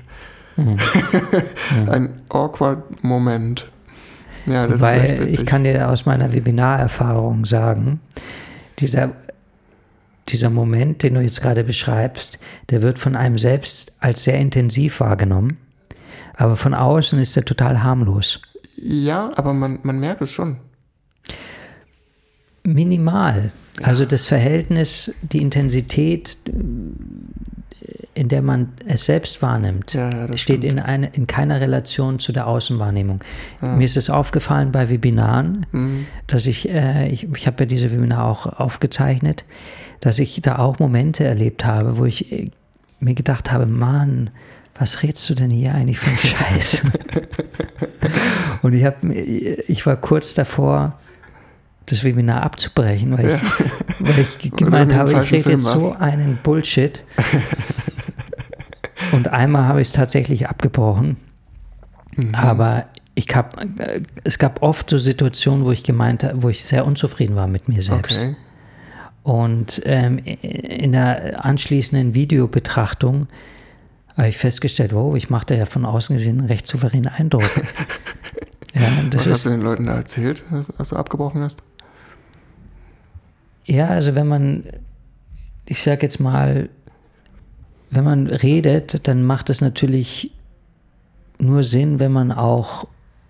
Ein awkward Moment. Ja, das ist echt witzig. Ich kann dir aus meiner Webinarerfahrung sagen, dieser Moment, den du jetzt gerade beschreibst, der wird von einem selbst als sehr intensiv wahrgenommen, aber von außen ist er total harmlos. Ja, aber man merkt es schon. Minimal. Ja. Also das Verhältnis, die Intensität, in der man es selbst wahrnimmt, steht in keiner Relation zu der Außenwahrnehmung. Ja. Mir ist es aufgefallen bei Webinaren, dass ich habe ja diese Webinare auch aufgezeichnet, dass ich da auch Momente erlebt habe, wo ich mir gedacht habe, Mann, was redest du denn hier eigentlich für einen Scheiß? Und ich war kurz davor, das Webinar abzubrechen, weil ich gemeint habe, ich rede jetzt so einen Bullshit. Und einmal habe ich es tatsächlich abgebrochen. Aber es gab oft so Situationen, wo ich sehr unzufrieden war mit mir selbst. Okay. Und in der anschließenden Videobetrachtung habe ich festgestellt, wow, ich mache da ja von außen gesehen einen recht souveränen Eindruck. Ja, was hast du den Leuten da erzählt, als du abgebrochen hast? Ja, also ich sage jetzt mal, wenn man redet, dann macht es natürlich nur Sinn, wenn man auch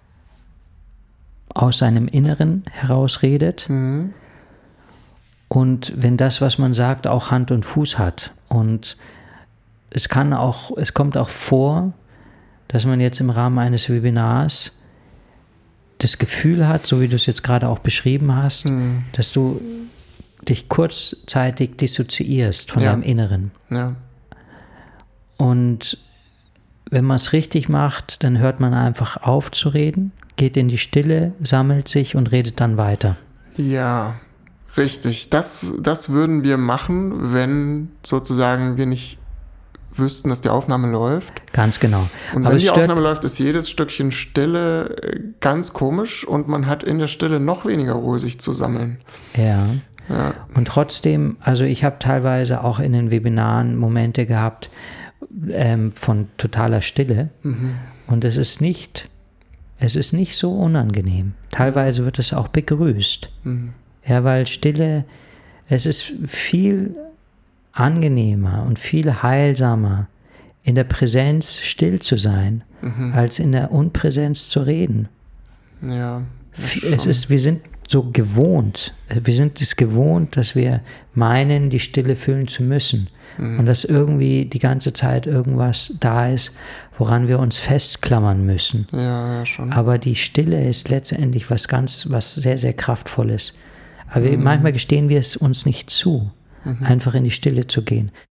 aus seinem Inneren heraus redet. Mhm. Und wenn das, was man sagt, auch Hand und Fuß hat. Und es kommt auch vor, dass man jetzt im Rahmen eines Webinars das Gefühl hat, so wie du es jetzt gerade auch beschrieben hast, dass du dich kurzzeitig dissoziierst von deinem Inneren. Ja. Und wenn man es richtig macht, dann hört man einfach auf zu reden, geht in die Stille, sammelt sich und redet dann weiter. Ja, richtig. Das würden wir machen, wenn sozusagen wir nicht wüssten, dass die Aufnahme läuft. Ganz genau. Und wenn die Aufnahme läuft, ist jedes Stückchen Stille ganz komisch und man hat in der Stille noch weniger Ruhe, sich zu sammeln. Ja. Und trotzdem, also ich habe teilweise auch in den Webinaren Momente gehabt von totaler Stille und es ist nicht so unangenehm. Teilweise wird es auch begrüßt. Ja, weil Stille, es ist viel angenehmer und viel heilsamer, in der Präsenz still zu sein, als in der Unpräsenz zu reden. Ja. Wir sind so gewohnt, wir sind es gewohnt, dass wir meinen, die Stille füllen zu müssen. Und dass irgendwie die ganze Zeit irgendwas da ist, woran wir uns festklammern müssen. Ja, schon. Aber die Stille ist letztendlich was sehr, sehr Kraftvolles. Aber manchmal gestehen wir es uns nicht zu, einfach in die Stille zu gehen.